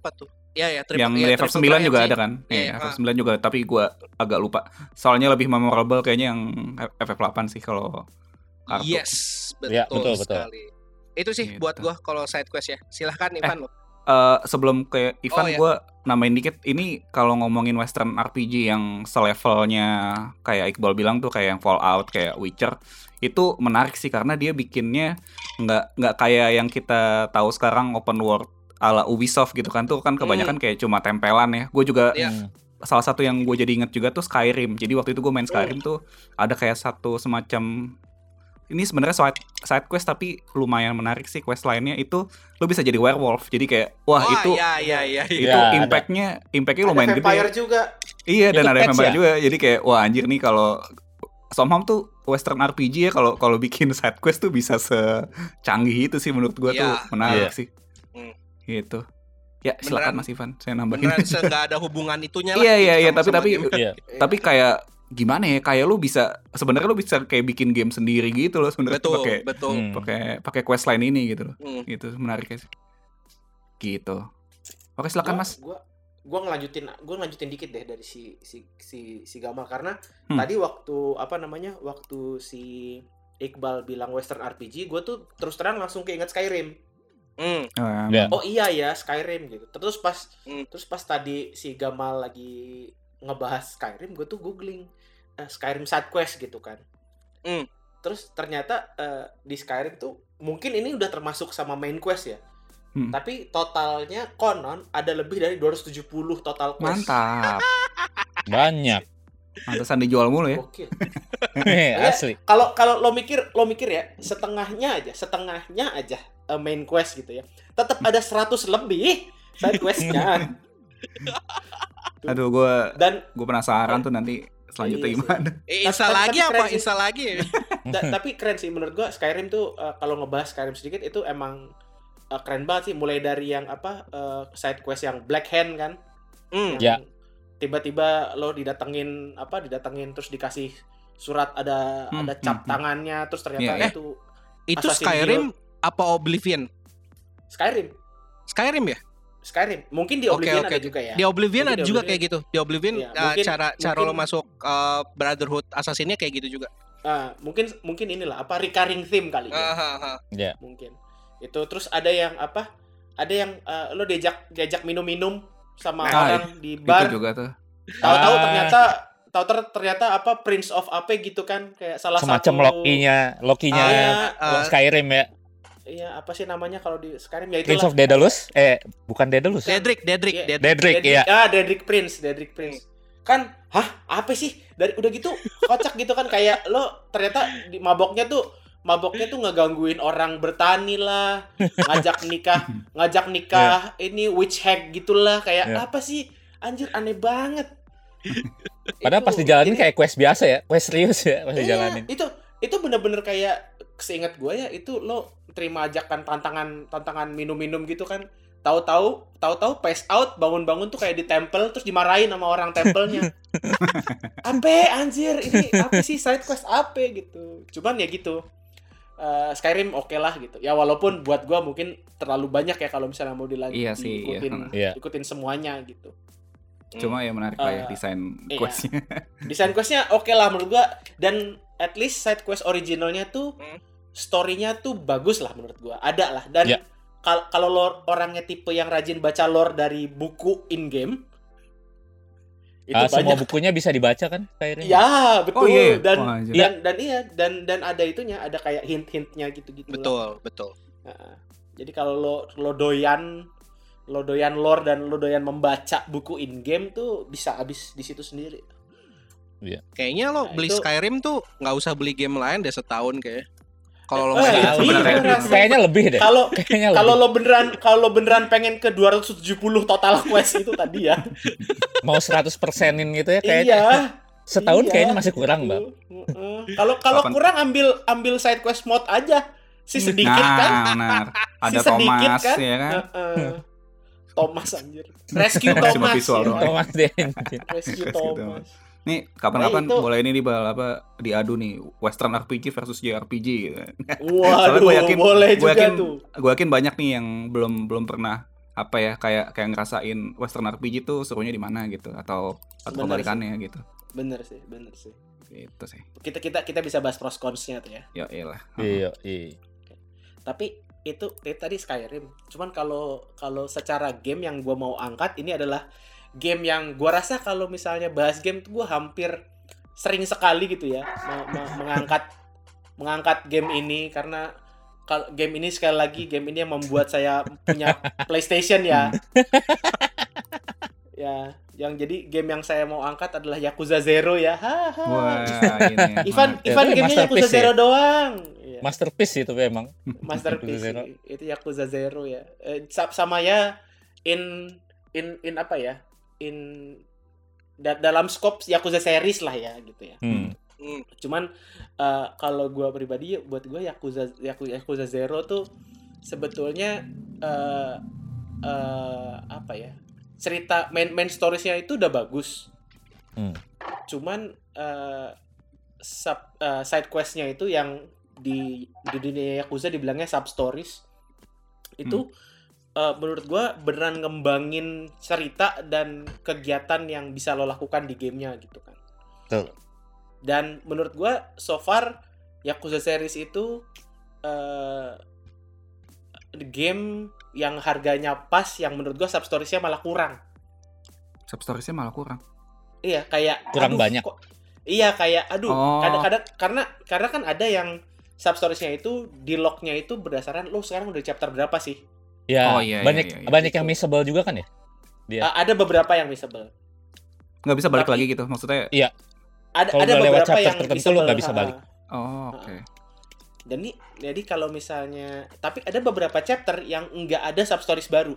Iya ya, triple, Yang ya, di F F triple sembilan triad juga sih. ada kan? Iya, Iya, ah. F F sembilan juga, tapi gua agak lupa. Soalnya lebih memorable kayaknya yang F F delapan sih kalau kartu. Yes, betul, Ya, betul, betul. sekali. Itu sih Gitu. buat gua kalau side quest ya. Silahkan Ivan lo. Eh, sebelum ke Ivan, Oh, iya. gue nambahin dikit. Ini kalau ngomongin Western R P G yang selevelnya kayak Iqbal bilang tuh kayak yang Fallout, kayak Witcher, itu menarik sih karena dia bikinnya nggak nggak kayak yang kita tahu sekarang open world ala Ubisoft gitu kan, tuh kan kebanyakan kayak cuma tempelan ya. Gue juga Iya. Hmm. salah satu yang gue jadi inget juga tuh Skyrim. Jadi waktu itu gue main Skyrim tuh ada kayak satu semacam, ini sebenarnya side, side quest tapi lumayan menarik sih quest lainnya itu lo bisa jadi werewolf. Jadi kayak wah Oh, itu iya iya iya. itu Ya, ada. impactnya impactnya Ada lumayan vampire gede. juga. Iya, dan Itu ada patch vampire ya? juga. Jadi kayak wah anjir nih kalau somehow tuh Western R P G ya kalau kalau bikin side quest tuh bisa secanggih itu sih menurut gua Iya, tuh menarik iya. sih. Hmm. Gitu. Ya silakan Beneran- Mas Ivan, saya nambahin. Beneran nggak ada hubungan itunya lah. Iya, gitu iya, iya, sama- tapi- sama tapi- game. Iya. Tapi kayak gimana ya? Kayak lu bisa sebenarnya lu bisa kayak bikin game sendiri gitu loh sebenarnya betul pakai betul. Hmm. pakai pakai quest line ini gitu loh. Hmm. Gitu menarik ya sih. Gitu. Oke, silakan Gua- Mas. Gua gua ngelanjutin gua ngelanjutin dikit deh dari si si si si Gamal karena Hmm. tadi waktu apa namanya? Waktu si Iqbal bilang Western R P G, gua tuh terus terang langsung keinget Skyrim. Hmm. Oh, Ya. Oh iya ya, Skyrim gitu. Terus pas Hmm. terus pas tadi si Gamal lagi ngebahas Skyrim, gue tuh googling eh, Skyrim side quest gitu kan. Hmm. Terus ternyata eh, di Skyrim tuh mungkin ini udah termasuk sama main quest ya. Hmm. Tapi totalnya konon ada lebih dari dua ratus tujuh puluh total quest. Mantap. Banyak. Mantesan dijual mulu ya. Gokil. Asli. Kalau kalau lo mikir lo mikir ya, setengahnya aja, setengahnya aja eh, main quest gitu ya. Tetap ada seratus lebih side questnya. Aduh, gue Dan gue penasaran tuh nanti selanjutnya Iya sih. gimana. Eh, Tapi- install tapi lagi keren apa? sih. Install lagi. Da- tapi keren sih menurut gua Skyrim tuh eh, kalau ngebahas Skyrim sedikit itu emang eh, keren banget sih, mulai dari yang apa eh, side quest yang Black Hand kan, Hmm. yang tiba-tiba lo didatengin apa didatengin terus dikasih surat ada Hmm, ada cap hmm, hmm. tangannya terus ternyata Iya, iya. itu Itu Assassin's Skyrim apa Oblivion? Skyrim Skyrim ya? Skyrim mungkin di Oke, Oblivion oke. ada juga ya. Di Oblivion Mungkin ada di juga Oblivion. kayak gitu. Di Oblivion Iya, uh, mungkin- cara cara lo mungkin- masuk uh, Brotherhood Assassin-nya kayak gitu juga. Ah, mungkin mungkin inilah apa recurring theme kali ya. Ah, ah, ah. Ya. Mungkin itu terus ada yang apa ada yang eh, lo diajak diajak minum-minum sama Nah, orang di bar. Itu juga tuh. Tahu-tahu Ah. ternyata tahu ter- ternyata apa Prince of apa gitu kan kayak salah Semacam satu Loki-nya, Loki-nya Ah, iya, ah. Skyrim ya. iya apa sih namanya kalau di Skyrim ya Prince itulah. of Daedalus? Eh, bukan Daedalus. Dedrick, Dedrick, Iya. Dedrick. Dedrick, Dedrick, iya. ah Dedrick Prince, Dedrick Prince. Kan, hah, apa sih? Dari udah gitu kocak gitu kan kayak lo ternyata di maboknya tuh maboknya tuh ngegangguin orang bertani lah, ngajak nikah, ngajak nikah ini witch hack gitulah kayak Iya. apa sih? Anjir aneh banget. Padahal Itu- pas dijalanin jadi- kayak quest biasa ya, quest serius ya pas Iya, dijalanin. itu itu bener-bener kayak seingat gue ya itu lo terima ajakan tantangan tantangan minum-minum gitu kan tahu-tahu tahu-tahu pass out bangun-bangun tuh kayak di tempel terus dimarahin sama orang tempelnya. Ape anjir ini apa sih side quest apa gitu. Cuman ya gitu. Eh, Skyrim oke lah gitu. Ya walaupun buat gua mungkin terlalu banyak ya kalau misalnya mau dilanjut Iya sih, diikutin iya. ikutin semuanya gitu. Cuma ya menarik lah ya Eh, desain iya. questnya. Desain questnya oke lah menurut gua dan at least side quest originalnya tuh Hmm. story-nya tuh bagus lah menurut gua ada lah dan Ya. kal- kalau lo orangnya tipe yang rajin baca lore dari buku in game itu Ah, semua banyak bukunya bisa dibaca kan Skyrim? ya betul Oh, iya. dan Wah, anjir. dan dan iya dan dan ada itunya ada kayak hint-hintnya gitu-gitu lah. Betul, betul. Nah, jadi kalau lo lo doyan lo doyan lore dan lo doyan membaca buku in game tuh bisa habis di situ sendiri. Kayaknya lo Nah, beli itu- Skyrim tuh nggak usah beli game lain deh setahun kayak. Kalau lo Eh, main iya, itu sebenarnya iya, gitu. Kayaknya lebih deh. Kalau Kayaknya kalau lebih. lo beneran kalau lo beneran pengen ke dua ratus tujuh puluh total quest itu tadi ya. Mau seratus persenin gitu ya kayaknya. Iya. Setahun Iya, kayaknya masih kurang, betul. Bang. Heeh. Kalau kalau Kapan- kurang ambil ambil side quest mod aja. Si sedikit nah, kan. benar. Ada Si sedikit Thomas kan? ya kan. Heeh. Thomas anjir. Rescue Cuma Thomas. visual ya. doang. Thomas deh. Rescue Rescue Thomas. Nih kapan-kapan Nah, itu- boleh ini di bal apa diadu nih Western R P G versus J R P G gitu. Waduh, Soalnya gue yakin, boleh gue juga yakin, tuh. gue yakin banyak nih yang belum belum pernah apa ya kayak kayak ngerasain Western R P G tuh serunya di mana gitu atau atau Bener kebalikannya gitu. Bener sih, bener sih. Gitu sih. Kita kita kita bisa bahas pros cons-nya tuh ya. Ya iyalah. Iya, iya. Tapi itu, itu tadi Skyrim. Cuman kalau kalau secara game yang gua mau angkat ini adalah game yang gua rasa kalau misalnya bahas game tuh gua hampir sering sekali gitu ya me- me- mengangkat mengangkat game ini karena kalau game ini sekali lagi game ini yang membuat saya punya PlayStation ya. Ya, yang jadi game yang saya mau angkat adalah Yakuza Zero ya. Haha. Wah, ini. Ivan, Ya, Ivan itu gamenya masterpiece Yakuza Zero ya? doang. Iya. Masterpiece itu memang. Masterpiece Yakuza Zero. itu Yakuza Zero ya. Eh, sa- sama ya in in in apa ya? In da- dalam scope Yakuza series lah ya gitu ya. Hmm. Hmm. Cuman eh, kalau gua pribadi buat gua Yakuza Yaku- Yakuza Zero tuh sebetulnya eh eh, apa ya? Cerita main main storiesnya itu udah bagus. Hmm. Cuman eh, sub eh, side questnya itu yang di di dunia Yakuza dibilangnya sub stories itu eh, menurut gua beneran ngembangin cerita dan kegiatan yang bisa lo lakukan di gamenya gitu kan. Betul. Dan menurut gua so far Yakuza series itu eh game yang harganya pas yang menurut gua sub storiesnya malah kurang. Substoriesnya malah kurang. Iya, kayak Kurang aduh, banyak. kok- iya, kayak aduh, Oh. kadang-kadang karena karena kan ada yang sub storiesnya itu di lognya itu berdasarkan lo sekarang udah chapter berapa sih? Ya, Oh, iya, iya, banyak iya, iya. banyak yang missable juga kan ya? Iya. A- ada beberapa yang missable. Nggak bisa balik Tapi- lagi gitu maksudnya. Ada Kalau ada udah lewat beberapa chapter yang tertentu, lo missable, nggak bisa ha-ha. balik. Oh, oke. Jadi jadi kalau misalnya tapi ada beberapa chapter yang nggak ada sub stories baru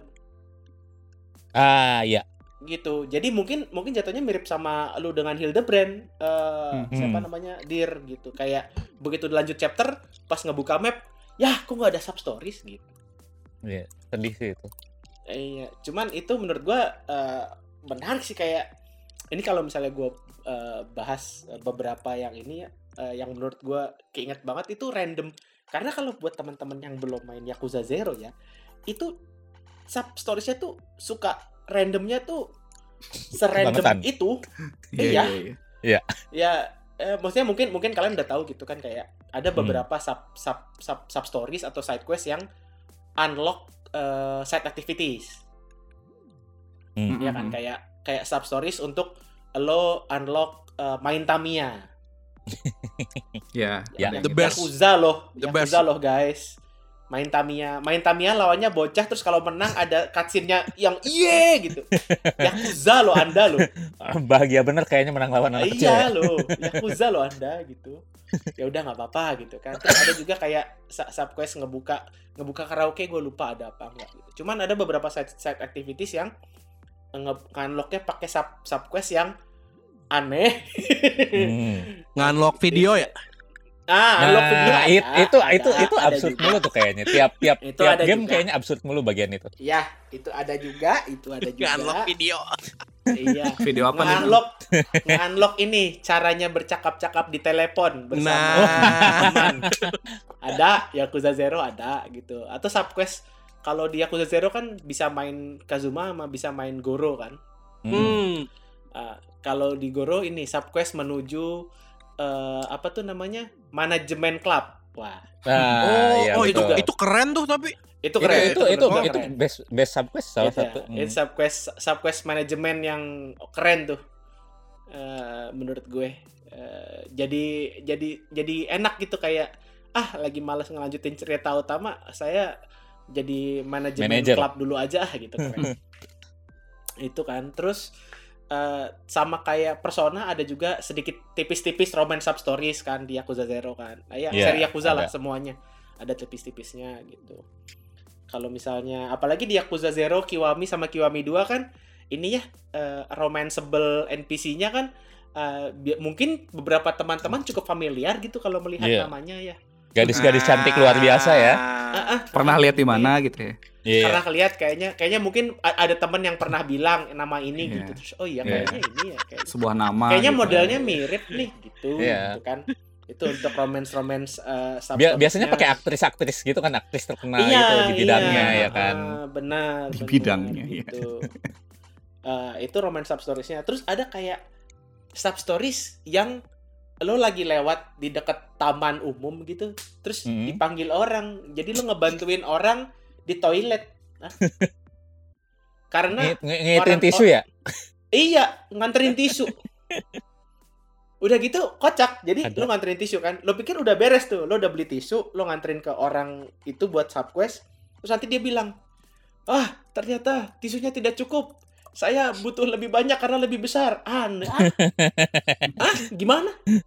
Ah, iya. gitu. Jadi mungkin mungkin jatuhnya mirip sama lu dengan Hildebrand eh Hmm. siapa namanya? Dir gitu. Kayak begitu lanjut chapter pas ngebuka map, ya kok nggak ada sub stories gitu. Iya, sedih sih itu. Eh, Iya, cuman itu menurut gua eh, menarik sih kayak ini kalau misalnya gua eh, bahas eh, beberapa yang ini ya eh, yang menurut gua keinget banget itu random karena kalau buat teman-teman yang belum main Yakuza Zero ya itu sub storiesnya tuh suka randomnya tuh serandom Kebangetan. itu. Iya, Iya. iya, iya. Ya eh, maksudnya mungkin mungkin kalian udah tahu gitu kan kayak ada beberapa sub sub sub sub stories atau side quest yang unlock eh, side activities. Hmm. Ya kan kayak kayak sub stories untuk lo unlock uh, main Tamiya. Iya. Ya. ada The gitu. best. Yakuza loh, The Yakuza loh guys. Main Tamiya, main Tamiya lawannya bocah terus kalau menang ada cutscene-nya yang iye gitu. Yakuza loh Anda loh. Bahagia bener kayaknya menang lawan anak kecil ya. Iya loh, Yakuza loh Anda gitu. Ya udah nggak apa-apa gitu kan. Terus ada juga kayak sa- sub quest ngebuka ngebuka karaoke, gue lupa ada apa enggak gitu. Cuman ada beberapa side side activities yang nge-unlock-nya pakai sub sub quest yang aneh. Hmm. Nge-unlock video ya? Ah, unlock video Nah, ada, it- itu ada, itu itu ada absurd juga. mulu tuh kayaknya. Tiap tiap Itu tiap ada game juga. kayaknya absurd mulu bagian itu. Ya, itu ada juga, itu ada juga. Nge-unlock video. Iya. Video apa nih? Nge-unlock, nge-unlock ini caranya bercakap-cakap di telepon bersama Nah. teman. Ada Yakuza Zero ada gitu. Atau subquest kalau di Yakuza Zero kan bisa main Kazuma sama bisa main Goro kan. Hmm. Hmm. Ah, kalau di Goro ini subquest menuju eh, apa tuh namanya? Manajemen club. Wah, Nah, Oh, iya, oh itu betul. itu keren tuh tapi. itu itu keren. itu itu menurut gua itu keren. best best subquest salah Itu ya, satu. Hmm. itu subquest subquest manajemen yang keren tuh. Eh, menurut gue. Eh, jadi jadi jadi enak gitu kayak ah lagi malas ngelanjutin cerita utama, saya jadi manajemen Manager. klub dulu aja ah, gitu keren. Itu kan. Terus eh, sama kayak Persona ada juga sedikit tipis-tipis romance sub stories kan di Yakuza Zero kan. Nah, ya Iya, seri Yakuza lah ada. semuanya. Ada tipis-tipisnya gitu. Kalau misalnya apalagi di Yakuza Zero, Kiwami sama Kiwami dua kan ini ya eh, romanceable N P C-nya kan eh, bi- mungkin beberapa teman-teman cukup familiar gitu kalau melihat Iya. namanya ya. Gadis-gadis cantik luar biasa ya. Ah, ah, Pernah lihat di mana gitu ya? Iya. Pernah lihat kayaknya kayaknya mungkin a- ada teman yang pernah bilang nama ini Iya. gitu terus oh iya Iya. kayaknya ini ya kayak Sebuah nama. kayaknya gitu. modelnya mirip nih gitu Iya. gitu kan. Itu untuk romance-romance uh, Bia- biasanya substories-nya. pakai aktris-aktris gitu kan, aktris terkenal Iya, gitu di bidangnya iya, ya kan. ah, benar. Di benar, bidangnya, iya. gitu. Eh, itu romance substoriesnya. Terus ada kayak substories yang lo lagi lewat di dekat taman umum gitu, terus Hmm. dipanggil orang, jadi lo ngebantuin orang di toilet. Hah? Karena Nge- nge- Ngitin orang- tisu ya? iya, nganterin tisu. Udah gitu kocak. Jadi Ada. lo nganterin tisu kan. Lo pikir udah beres tuh. Lo udah beli tisu, lo nganterin ke orang itu buat subquest. Terus nanti dia bilang, "Ah, ternyata tisunya tidak cukup. Saya butuh lebih banyak karena lebih besar." Aneh. Ah, ah gimana?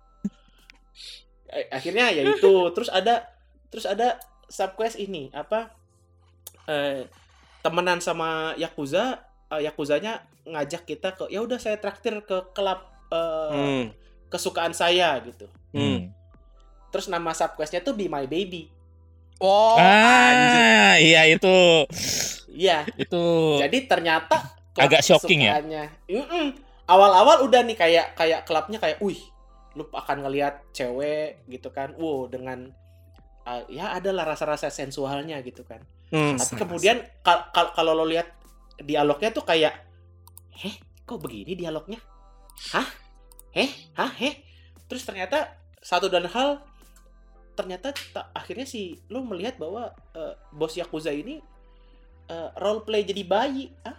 Eh, Akhirnya ya itu. Terus ada terus ada subquest ini apa? Eh, temenan sama Yakuza, eh, Yakuzanya ngajak kita ke, ya udah saya traktir ke klub eh, Hmm. kesukaan saya gitu. Hmm. Terus nama subquestnya tuh Be My Baby. Oh, anjir. Ah, iya itu. Iya. Itu Jadi ternyata klub Agak shocking ya? kesukaannya- Mm-mm. Awal-awal udah nih kayak kayak klubnya kayak, wih, lu akan ngelihat cewek gitu kan. Wow, dengan uh, ya adalah rasa-rasa sensualnya gitu kan. Hmm. Tapi kemudian kal- kal- kalau lo lihat dialognya tuh kayak, heh, kok begini dialognya? Hah? Heh? Hah? Heh? Terus ternyata satu dan hal, ternyata ta- akhirnya si lo melihat bahwa eh, bos Yakuza ini eh, role play jadi bayi. Ah?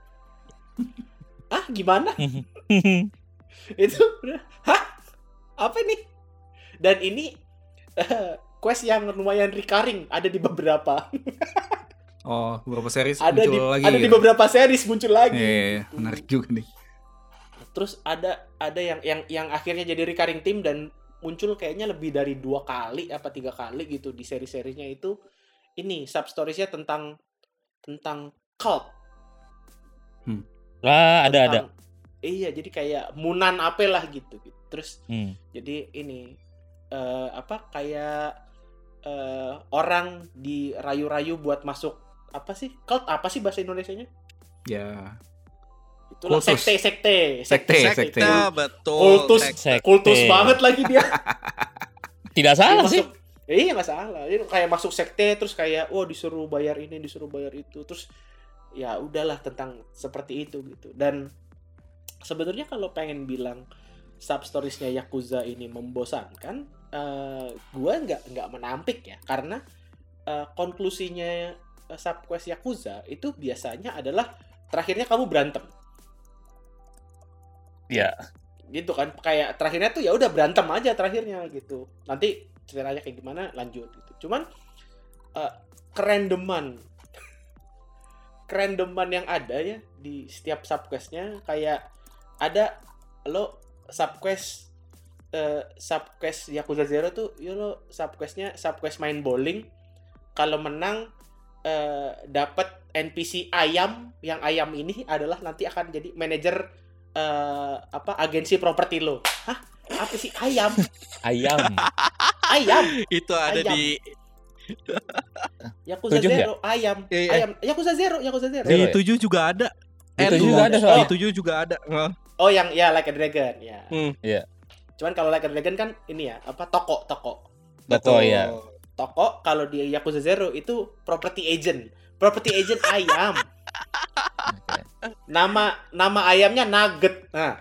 Ah, gimana? Itu udah, hah? Apa nih? Dan ini eh, quest yang lumayan recurring, ada di beberapa. Oh, beberapa series ada muncul di lagi. ada di gitu. beberapa series muncul lagi. Iya, iya, iya. Gitu. Menarik juga nih. Terus ada ada yang yang yang akhirnya jadi recurring team dan muncul kayaknya lebih dari dua kali apa tiga kali gitu di seri-serinya itu. Ini substoriesnya tentang tentang cult. Lah ada ada. Tentang- Iya, jadi kayak Munan apa lah gitu, gitu. Terus Hmm. jadi ini eh, apa kayak eh, orang dirayu-rayu buat masuk apa sih? Cult apa sih bahasa Indonesianya? Ya. Itulah Kultus. sekte sekte Sekte, sekte. Sekte, betul. Kultus, Sekte. Sekte. kultus banget lagi dia. Tidak salah Dia sih. masuk- Iya nggak salah. Dia kayak masuk sekte terus kayak, wah disuruh bayar ini, disuruh bayar itu, terus ya udahlah tentang seperti itu gitu. Dan sebenarnya kalau pengen bilang substoriesnya Yakuza ini membosankan, eh gua nggak nggak menampik ya, karena eh, konklusinya eh, subquest Yakuza itu biasanya adalah terakhirnya kamu berantem. Ya. Gitu kan, kayak terakhirnya tuh ya udah berantem aja terakhirnya gitu, nanti ceritanya kayak gimana lanjut gitu. Cuman uh, kerandoman kerandoman yang ada ya di setiap subquestnya, kayak ada lo subquest uh, subquest Yakuza Zero tuh ya lo subquestnya subquest main bowling, kalau menang uh, dapat N P C ayam, yang ayam ini adalah nanti akan jadi manajer eh, apa agensi properti lo. Hah? Apa sih ayam? Ayam. Ayam. Itu ada Ayam. di Yakuza Tujuh Zero, ayam. Iya, iya. Ayam. Yakuza Zero, Yakuza Zero. Zero di ya? tujuh juga ada. Di Eh, tujuh tuh. juga ada Di soalnya. tujuh juga ada. Nggak. Oh, yang ya Like a Dragon, ya. Hmm. Cuman kalau Like a Dragon kan ini ya, apa toko, toko. Betul ya. Toko kalau di Yakuza Zero itu property agent. Property agent ayam. Oke. Nama nama ayamnya Nugget. Nah.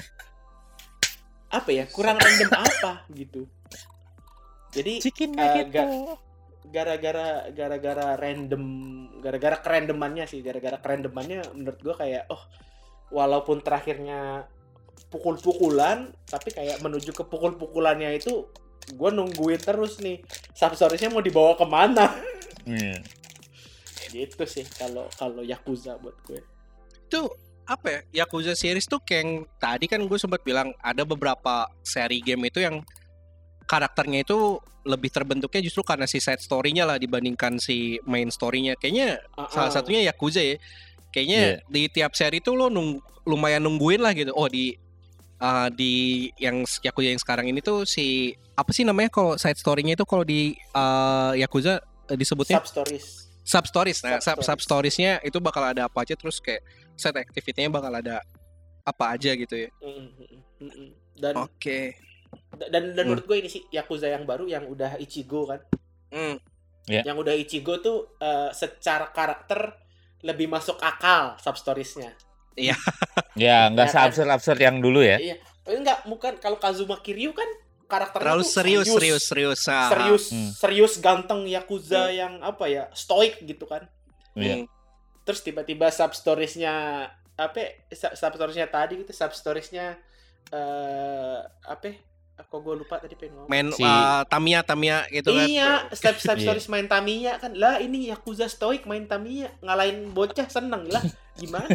Apa ya? Kurang random apa gitu. Jadi Chicken eh, nugget ga- tuh. gara-gara gara-gara random gara-gara kerandomannya sih gara-gara kerandomannya menurut gua kayak oh walaupun terakhirnya pukul-pukulan tapi kayak menuju ke pukul-pukulannya itu gua nungguin terus nih substoriesnya mau dibawa kemana. Hmm. Gitu sih kalau kalau Yakuza buat gue. Itu apa ya? Yakuza series tuh kayak yang tadi kan gue sempat bilang ada beberapa seri game itu yang karakternya itu lebih terbentuknya justru karena si side story-nya lah dibandingkan si main story-nya. Kayaknya Uh-uh. salah satunya Yakuza ya. Kayaknya di tiap seri tuh lo nung, lumayan nungguin lah gitu. Oh di uh, di yang Yakuza yang sekarang ini tuh si apa sih namanya kalau side story-nya itu kalau di uh, Yakuza uh, disebutnya Substories. sub stories. Nah, sub Sub-stories. sub storiesnya itu bakal ada apa aja, terus kayak set activity-nya bakal ada apa aja gitu ya. Mm-mm, mm-mm, mm-mm. Dan Oke. Dan dan Hmm. menurut gue ini sih Yakuza yang baru yang udah Ichigo kan. Hmm. Ya. Yang udah Ichigo tuh uh, secara karakter lebih masuk akal substoriesnya. Ya, nggak Ya kan? seabsurd-absurd yang dulu ya. Iya. Enggak, bukan kalau Kazuma Kiryu kan karakternya Terlalu tuh serius, serius, serius. Ah. serius, Hmm. serius ganteng Yakuza yang apa ya, stoik gitu kan. Iya. Hmm. Terus tiba-tiba substoriesnya apa ya, sub- substoriesnya tadi gitu, substoriesnya eh apa ya? Kok gue lupa tadi pengen ngomong. Main Si- uh, Tamiya, Tamiya gitu kan. Iya, step step Iya. stories main Tamiya kan. Lah ini Yakuza stoik main Tamiya, ngalahin bocah seneng lah. Gimana?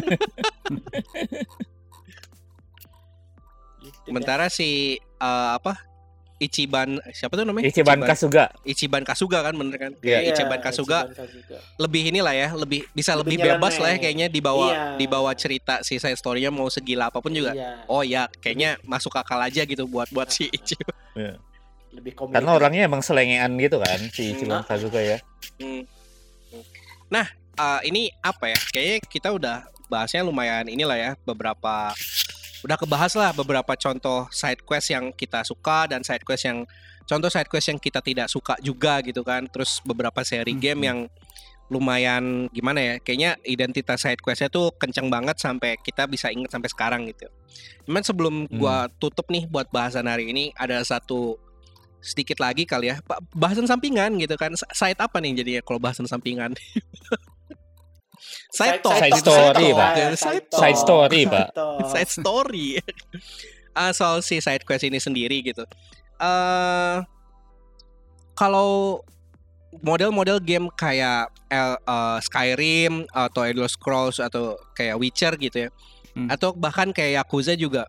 Gitu deh. Sementara si uh, apa? Ichiban siapa tuh namanya? Ichiban Kasuga. Ichiban Kasuga kan bener kan? Iya. Kayak Ichiban Kasuga Ichiban Kasuga. lebih inilah ya, lebih bisa lebih, Lebih bebas lah ya nyeleneh. kayaknya dibawa Iya. dibawa cerita si side story-nya mau segila apapun juga. Iya. Oh ya, kayaknya masuk akal aja gitu buat buat si Ichiban. Lebih komedi. Karena orangnya emang selengean gitu kan si Ichiban Hmm. Kasuga ya. Hmm. Nah, uh, ini apa ya? Kayaknya kita udah bahasnya lumayan inilah ya, beberapa udah kebahas lah beberapa contoh side quest yang kita suka dan side quest yang contoh side quest yang kita tidak suka juga gitu kan. Terus beberapa seri game yang lumayan gimana ya? Kayaknya identitas side questnya tuh kenceng banget sampai kita bisa inget sampai sekarang gitu. Cuman sebelum gua tutup nih buat bahasan hari ini ada satu sedikit lagi kali ya, Pak, bahasan sampingan gitu kan. Side apa nih jadinya kalau bahasan sampingan? Side talk, Side gitu, story, talk, Pak. gitu, Side talk. Side story, Pak. Side story. Ah, soal si side quest ini sendiri gitu. Eh kalau model-model game kayak El- eh, Skyrim atau Elder Scrolls atau kayak Witcher gitu ya. Hmm. Atau bahkan kayak Yakuza juga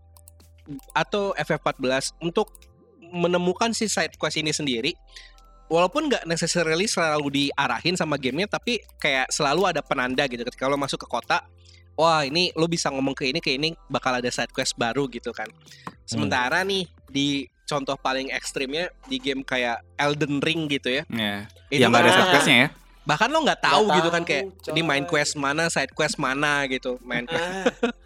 atau F F empat belas untuk menemukan si side quest ini sendiri walaupun nggak necessarily selalu diarahin sama gamenya tapi kayak selalu ada penanda gitu ketika lo masuk ke kota, wah ini lo bisa ngomong ke ini ke ini bakal ada side quest baru gitu kan. Sementara nih di contoh paling ekstrimnya di game kayak Elden Ring gitu ya, Ya. itu Yang nggak ada kan- side quest-nya ya. bahkan lo nggak tahu Nggak gitu kan tahu, kayak coy. di main quest mana side quest mana gitu main Ah,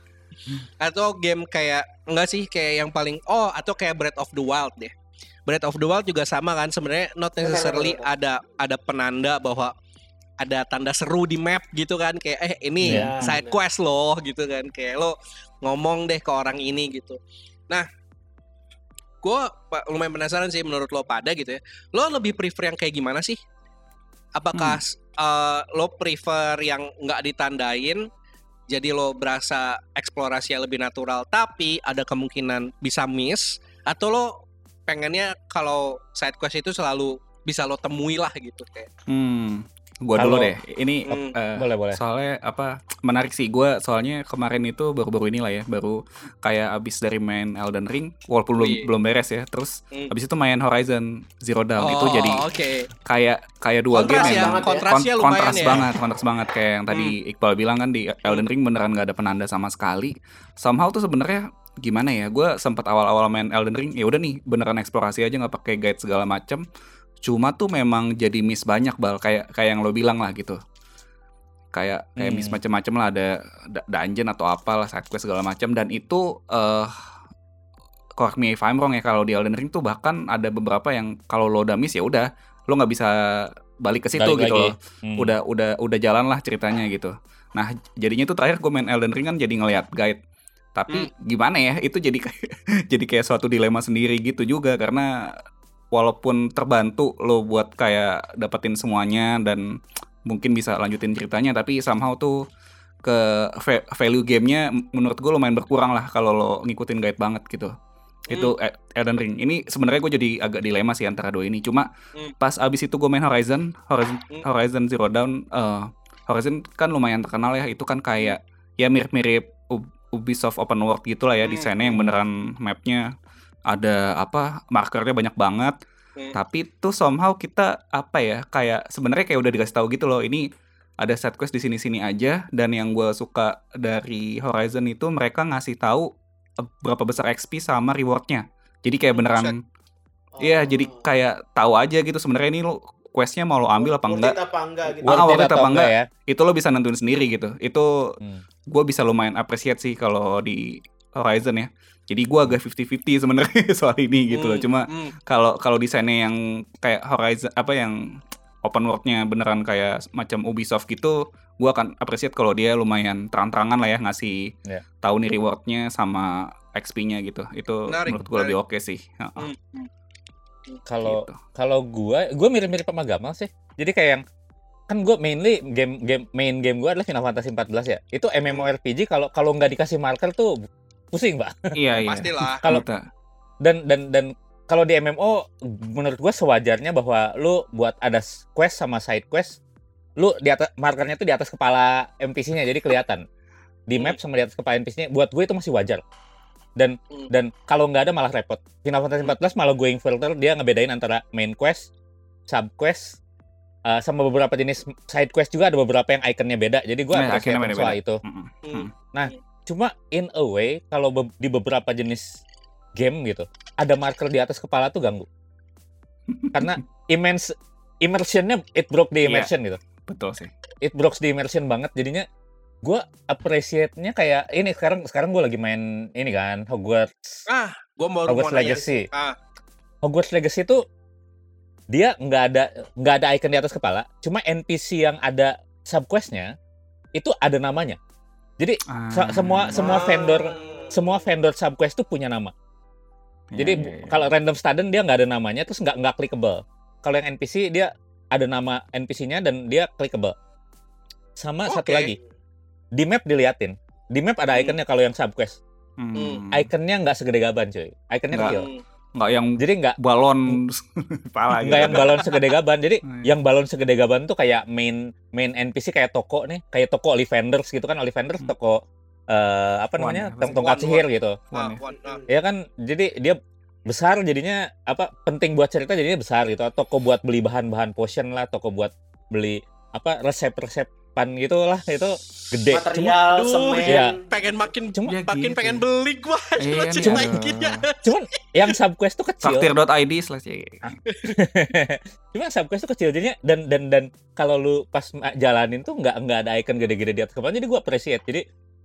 atau game kayak enggak sih kayak yang paling oh atau kayak Breath of the Wild deh. Breath of the Wild juga sama kan sebenarnya not necessarily Benar, benar, ada ada penanda bahwa ada tanda seru di map gitu kan kayak eh ini Iya, side benar. quest loh gitu kan kayak lo ngomong deh ke orang ini gitu. Nah, gue lumayan penasaran sih menurut lo pada gitu ya. Lo lebih prefer yang kayak gimana sih? Apakah uh, lo prefer yang nggak ditandain jadi lo berasa eksplorasi yang lebih natural tapi ada kemungkinan bisa miss, atau lo pengennya kalau side quest itu selalu bisa lo temui lah gitu kayak. Hmm. Gua Kalau- dulu deh. Ini Hmm. eh, Boleh, boleh. soalnya apa menarik sih gua soalnya kemarin itu baru-baru inilah ya baru kayak abis dari main Elden Ring walaupun belum Wih. belum beres ya terus Hmm. abis itu main Horizon Zero Dawn itu Oh, jadi oke. kayak kayak dua Kontras game ya, yang banget ya. kontrasnya kon- lumayan kontras ya. banget kontras banget kayak yang tadi Iqbal bilang kan di Elden Ring beneran nggak ada penanda sama sekali. Somehow tuh sebenarnya gimana ya, gue sempat awal-awal main Elden Ring ya udah nih beneran eksplorasi aja nggak pakai guide segala macem. Cuma tuh memang jadi miss banyak bal kayak kayak yang lo bilang lah gitu. Kayak kayak Hmm. miss macem-macem lah ada da- dungeon atau apalah side quest segala macam dan itu eh correct me if I'm wrong ya kalau di Elden Ring tuh bahkan ada beberapa yang kalau lo udah miss ya udah lo nggak bisa balik ke situ Balik gitu lagi. loh. Hmm. Udah udah udah jalan lah ceritanya gitu. Nah jadinya tuh terakhir gue main Elden Ring kan jadi ngeliat guide. Tapi gimana ya itu jadi kayak jadi kayak suatu dilema sendiri gitu juga karena walaupun terbantu lo buat kayak dapetin semuanya dan mungkin bisa lanjutin ceritanya tapi somehow tuh ke va- value gamenya m- menurut gue lumayan berkurang lah kalau lo ngikutin guide banget gitu. Itu E- Elden Ring. Ini sebenarnya gue jadi agak dilema sih antara dua ini. Cuma Hmm. pas abis itu gue main Horizon, Horizon, Hmm. Horizon Zero Dawn, eh, Horizon kan lumayan terkenal ya. Itu kan kayak ya mirip-mirip U- Ubisoft Open World gitu lah ya Hmm. desainnya yang beneran mapnya ada apa markernya banyak banget. Hmm. Tapi tuh somehow kita apa ya kayak sebenarnya kayak udah dikasih tahu gitu loh ini ada side quest di sini-sini aja dan yang gue suka dari Horizon itu mereka ngasih tahu eh, berapa besar X P sama rewardnya. Jadi kayak beneran iya jadi kayak tahu aja gitu sebenarnya ini lo questnya mau lo ambil apa Worth enggak. it apa enggak gitu. Wah, Worth it worth it atau apa enggak? ya? Itu lo bisa nentuin sendiri gitu. Itu Hmm. gue bisa lumayan appreciate sih kalau di Horizon ya. Jadi gue agak fifty-fifty sebenarnya soal ini gitu loh. Hmm, Cuma hmm. kalau kalau desainnya yang kayak Horizon apa yang open world-nya beneran kayak macam Ubisoft gitu, gue akan appreciate kalau dia lumayan terang-terangan lah ya ngasih Ya. tahu nih reward-nya sama X P-nya gitu. Itu Menarik, menurut gue lebih menarik. oke sih. Heeh, Hmm, hmm. Kalau gitu. kalau gua gua mirip-mirip sama Gamal sih. Jadi kayak yang kan gue mainly game game main game gue adalah Final Fantasy fourteen ya. Itu MMORPG kalau kalau nggak dikasih marker tuh pusing, Pak. Iya iya. Pastilah. Kalau Betul. dan dan dan kalau di M M O menurut gue sewajarnya bahwa lu buat ada quest sama side quest, lu di atas markernya tuh di atas kepala N P C-nya jadi kelihatan. Di map sama di atas kepala N P C-nya buat gue itu masih wajar. Dan Hmm. dan kalau nggak ada malah repot. Final Fantasy fourteen malah going filter dia ngebedain antara main quest, sub quest, uh, sama beberapa jenis side quest juga ada beberapa yang ikonnya beda. Jadi gue Nah, appreciate akhirnya soal beda-beda. itu. Mm-mm. Hmm. Nah, cuma in a way kalau be- di beberapa jenis game gitu, ada marker di atas kepala tuh ganggu. Karena immense immersion-nya it broke the Iya. immersion gitu. Betul sih. It broke the immersion banget jadinya gue appreciate-nya kayak ini sekarang sekarang gue lagi main ini kan Hogwarts Ah, gue baru Hogwarts mau nanya. Legacy. Ah, Hogwarts Legacy itu dia nggak ada nggak ada icon di atas kepala, cuma N P C yang ada subquest-nya itu ada namanya. Jadi se- Ah, semua semua Ah. vendor semua vendor subquest tuh punya nama. iya, Jadi iya, bu- iya. kalau random student dia nggak ada namanya terus nggak nggak clickable. Kalau yang N P C dia ada nama N P C-nya dan dia clickable. Sama satu Oke. lagi di map diliatin. Di map ada Hmm. ikonnya kalau yang subquest. Hmm. Ikonnya nggak segede gaban cuy. Ikonnya Nggak. kecil. hmm. Nggak yang Jadi nggak balon kepala gitu. nggak yang balon segede gaban. Jadi Hmm. yang balon segede gaban tuh kayak main main N P C kayak toko nih, kayak toko Ollivanders gitu kan. Ollivanders Hmm. toko eh, apa Wan, namanya? apa Tong sih? tongkat Wan, sihir wan. gitu. Ah, Wan, ya. one, ah. Ya kan, jadi dia besar jadinya apa penting buat cerita jadinya besar gitu. Toko buat beli bahan-bahan potion lah, toko buat beli apa resep-resepan gitu lah itu gede. Cuma Material, Aduh, semen. iya. pengen makin Cuma- Ya makin gitu. pengen beli gua. Iya nih, Cuma aduh. gini. cuman yang subquest tuh kecil. Traktir.id slash Cuma subquest tuh kecil jadinya dan dan dan kalau lu pas ma- jalanin tuh nggak nggak ada icon gede-gede di atas kepala jadi gua appreciate. Jadi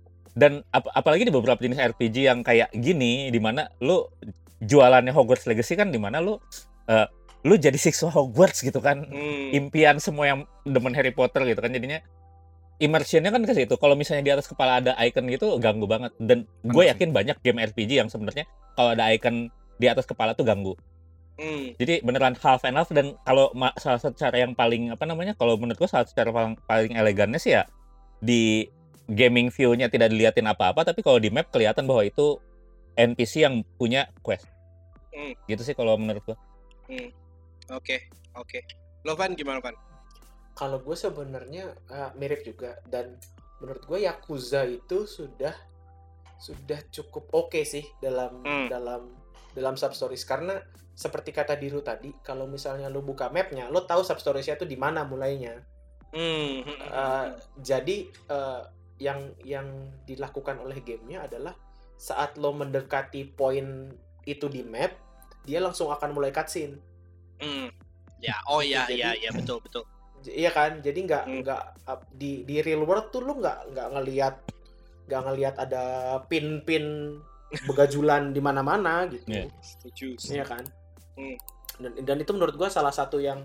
dan ap- apalagi di beberapa jenis R P G yang kayak gini di mana lu jualannya Hogwarts Legacy kan di mana lu eh, lu jadi siswa Hogwarts gitu kan. Hmm. Impian semua yang demen Harry Potter gitu kan jadinya immersionnya kan ke situ. Kalau misalnya di atas kepala ada icon gitu ganggu banget dan gue Bener sih. yakin banyak game R P G yang sebenarnya kalau ada icon di atas kepala tuh ganggu. Hmm. Jadi beneran half and half dan kalau ma- salah satu cara yang paling apa namanya kalau menurut gue salah satu cara paling, paling elegannya sih ya di gaming view-nya tidak diliatin apa-apa tapi kalau di map kelihatan bahwa itu N P C yang punya quest. Hmm. Gitu sih kalau menurut gue. Hmm. Oke, oke. Lo Van gimana Van? Kalau gue sebenarnya uh, mirip juga dan menurut gue Yakuza itu sudah sudah cukup oke sih dalam Hmm. dalam dalam substories karena seperti kata Diru tadi kalau misalnya lo buka mapnya lo tahu substoriesnya itu di mana mulainya. Hmm. Uh, jadi uh, yang yang dilakukan oleh gamenya adalah saat lo mendekati poin itu di map dia langsung akan mulai cutscene. Hmm. Ya, oh ya, Jadi- ya, ya betul, betul. J- Iya kan, jadi nggak Hmm. nggak up- di di real world tuh lu nggak nggak ngelihat nggak ngelihat ada pin-pin begajulan di mana-mana gitu, Iya. Setuju. iya kan? Hmm. Dan dan itu menurut gua salah satu yang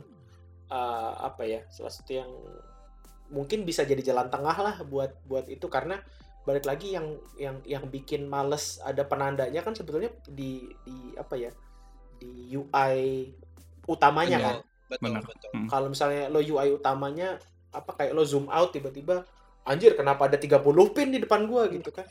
uh, apa ya, salah satu yang mungkin bisa jadi jalan tengah lah buat buat itu karena balik lagi yang yang yang bikin males ada penandanya kan sebetulnya di di apa ya di U I utamanya Betul, kan. betul, Benar. betul. Hmm. Kalau misalnya lo U I utamanya apa kayak lo zoom out tiba-tiba anjir kenapa ada tiga puluh pin di depan gua gitu kan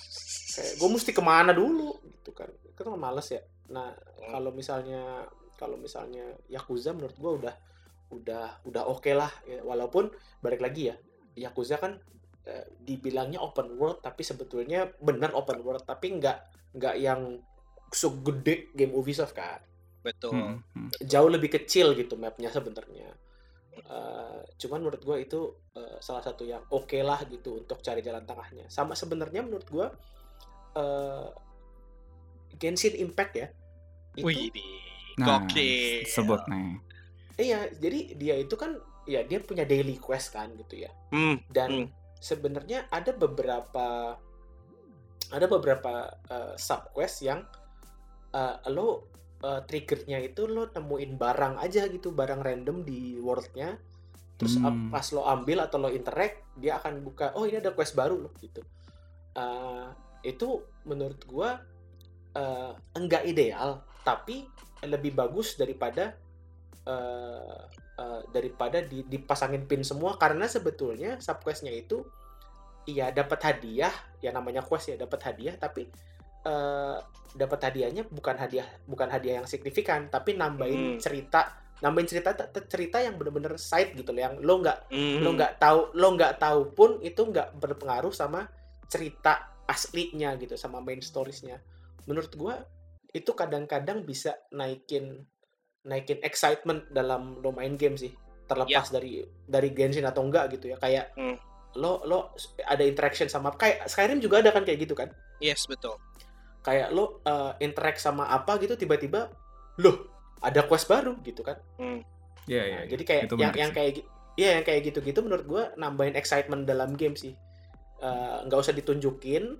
kayak gue mesti kemana dulu gitu kan itu kan males ya. Nah kalau misalnya kalau misalnya Yakuza menurut gua udah udah udah oke lah ya. Walaupun balik lagi ya Yakuza kan eh, dibilangnya open world tapi sebetulnya benar open world tapi nggak nggak yang segede game Ubisoft kan Betul. Hmm, hmm. jauh lebih kecil gitu mapnya sebenarnya. Uh, cuman menurut gue itu uh, salah satu yang oke lah gitu untuk cari jalan tengahnya. Sama sebenarnya menurut gue uh, Genshin Impact ya. Itu, Wih, di Nah, gokil. sebut nih. iya, jadi dia itu kan ya dia punya daily quest kan gitu ya. Hmm. Dan Hmm. sebenarnya ada beberapa ada beberapa uh, sub quest yang uh, lo uh, triggernya itu lo nemuin barang aja gitu, barang random di worldnya, terus Hmm. ap- pas lo ambil atau lo interact dia akan buka, oh ini ada quest baru loh gitu. Uh, itu menurut gua uh, enggak ideal, tapi lebih bagus daripada uh, uh, daripada di, dipasangin pin semua, karena sebetulnya sub questnya itu iya dapat hadiah, ya namanya quest ya dapat hadiah, tapi uh, dapat hadiahnya bukan hadiah bukan hadiah yang signifikan, tapi nambahin Hmm. cerita nambahin cerita cerita yang bener-bener side gitu loh, yang lo nggak Hmm. lo nggak tahu lo nggak tahu pun itu nggak berpengaruh sama cerita aslinya gitu, sama main storiesnya. Menurut gua itu kadang-kadang bisa naikin naikin excitement dalam lo main game sih, terlepas dari dari Genshin atau enggak gitu ya, kayak Hmm. lo lo ada interaction sama, kayak Skyrim juga ada kan kayak gitu kan, Yes, betul. kayak lo uh, interact sama apa gitu, tiba-tiba loh ada quest baru gitu kan. Hmm. Iya, Nah, iya. jadi kayak Itu yang benar yang sih. kayak gi- iya yang kayak gitu-gitu menurut gue nambahin excitement dalam game sih. Eh, nggak usah ditunjukin,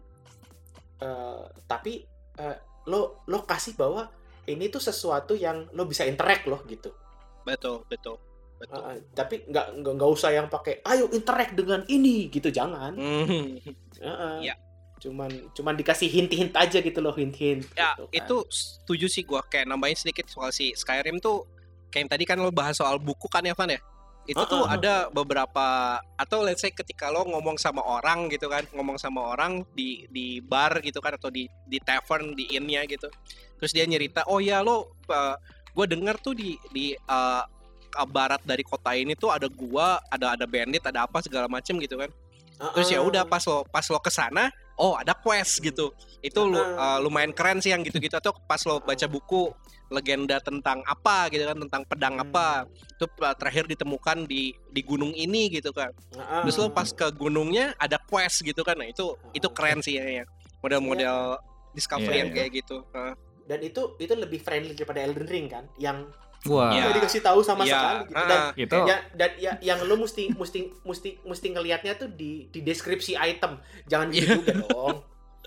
eh, tapi eh, lo lo kasih bahwa ini tuh sesuatu yang lo bisa interact loh gitu. Betul, betul. Betul. Eh, tapi nggak nggak nggak usah yang pakai ayo interact dengan ini gitu, jangan. Hmm. Eh, eh. Iya. Cuman cuman dikasih hint-hint aja gitu loh, hint-hint. Ya, gitu kan. itu setuju sih gua, kayak nambahin sedikit soal si Skyrim tuh, kayak yang tadi kan lo bahas soal buku kan ya, Van ya? Itu Ah, tuh ah, ah. ada beberapa, atau let's say ketika lo ngomong sama orang gitu kan, ngomong sama orang di di bar gitu kan, atau di di tavern, di inn-nya gitu. Terus dia nyerita, "Oh ya lo uh, gue denger tuh di di uh, ke barat dari kota ini tuh ada gua, ada ada bandit, ada apa segala macem gitu kan." Ah, Terus ya ah. udah pas lo pas lo kesana, oh ada quest gitu. Itu lu, uh, lumayan keren sih yang gitu-gitu. Atau pas lo baca buku legenda tentang apa gitu kan, tentang pedang Hmm. apa, itu uh, terakhir ditemukan di di gunung ini gitu kan. Ah, ah. Terus lo pas ke gunungnya ada quest gitu kan. Nah, itu itu keren sih ya, ya. Model-model discovery Iya, yang iya. kayak gitu. Uh, Dan itu itu lebih friendly daripada Elden Ring kan, yang Wah. Iya. nggak dikasih tahu sama Iya, sekali gitu. ah. Dan Itu ya, dan ya, yang lo mesti mesti mesti mesti ngelihatnya tuh di di deskripsi item, jangan gitu Iya. juga dong.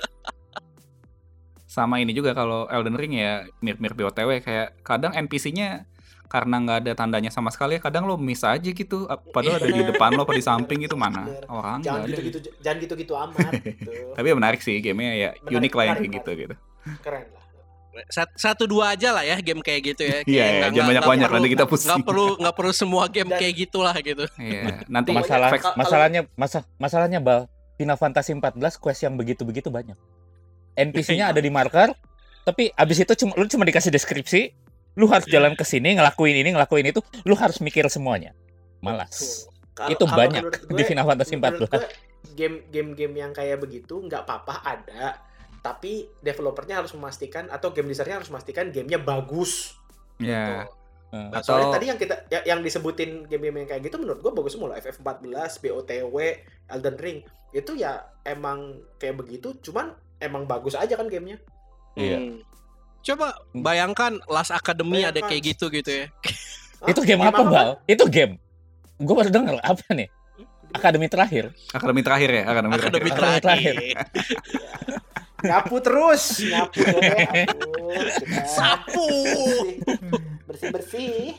sama ini juga kalau Elden Ring ya mirip-mirip B O T W, kayak kadang N P C-nya karena nggak ada tandanya sama sekali, kadang lo miss aja gitu. Ap- Padahal ada di Bener. depan lo apa di samping gitu, mana Bener. orang Jangan nggak ada. gitu-gitu jangan gitu-gitu amat gitu. Tapi ya menarik sih gamenya ya, Menarik, unik lah yang menarik, kayak gitu gitu. Keren lah. Sat- satu dua aja lah ya game kayak gitu ya. Iya, Kayak iya, nggak- jangan nggak- banyak-banyak, nggak nanti perlu- kita pusing. Nggak perlu nggak perlu semua game Dan- kayak gitulah gitu. Iya, nanti Masalah Pokoknya, kalau- masalahnya masa masalahnya Bal, Final Fantasy empat belas quest yang begitu-begitu banyak. N P C-nya ada di marker, tapi abis itu cuma lu cuma dikasih deskripsi, lu harus jalan ke sini ngelakuin ini, ngelakuin itu, lu harus mikir semuanya. Malas. Kalau- Itu kalau banyak menurut di Final Fantasy menurut empat belas. gue, game game-game yang kayak begitu nggak apa-apa ada, tapi developernya harus memastikan atau game designernya harus memastikan gamenya bagus. ya Hmm. Nah, Atau- soalnya tadi yang kita ya- yang disebutin game-game yang kayak gitu menurut gua bagus semua loh. F F empat belas, B O T W, Elden Ring itu ya emang kayak begitu, cuman emang bagus aja kan gamenya. Iya. Hmm. Coba bayangkan Last Academy ada Bayangkan. kayak gitu gitu ya. Hah? Itu game apa, Bal? Itu game. Gue baru denger apa nih? Akademi terakhir. akademi terakhir ya, akademi, Akademi terakhir. terakhir. terakhir. Nyapu terus, nyapu deh, hapus, kita Sapu. bersih-bersih.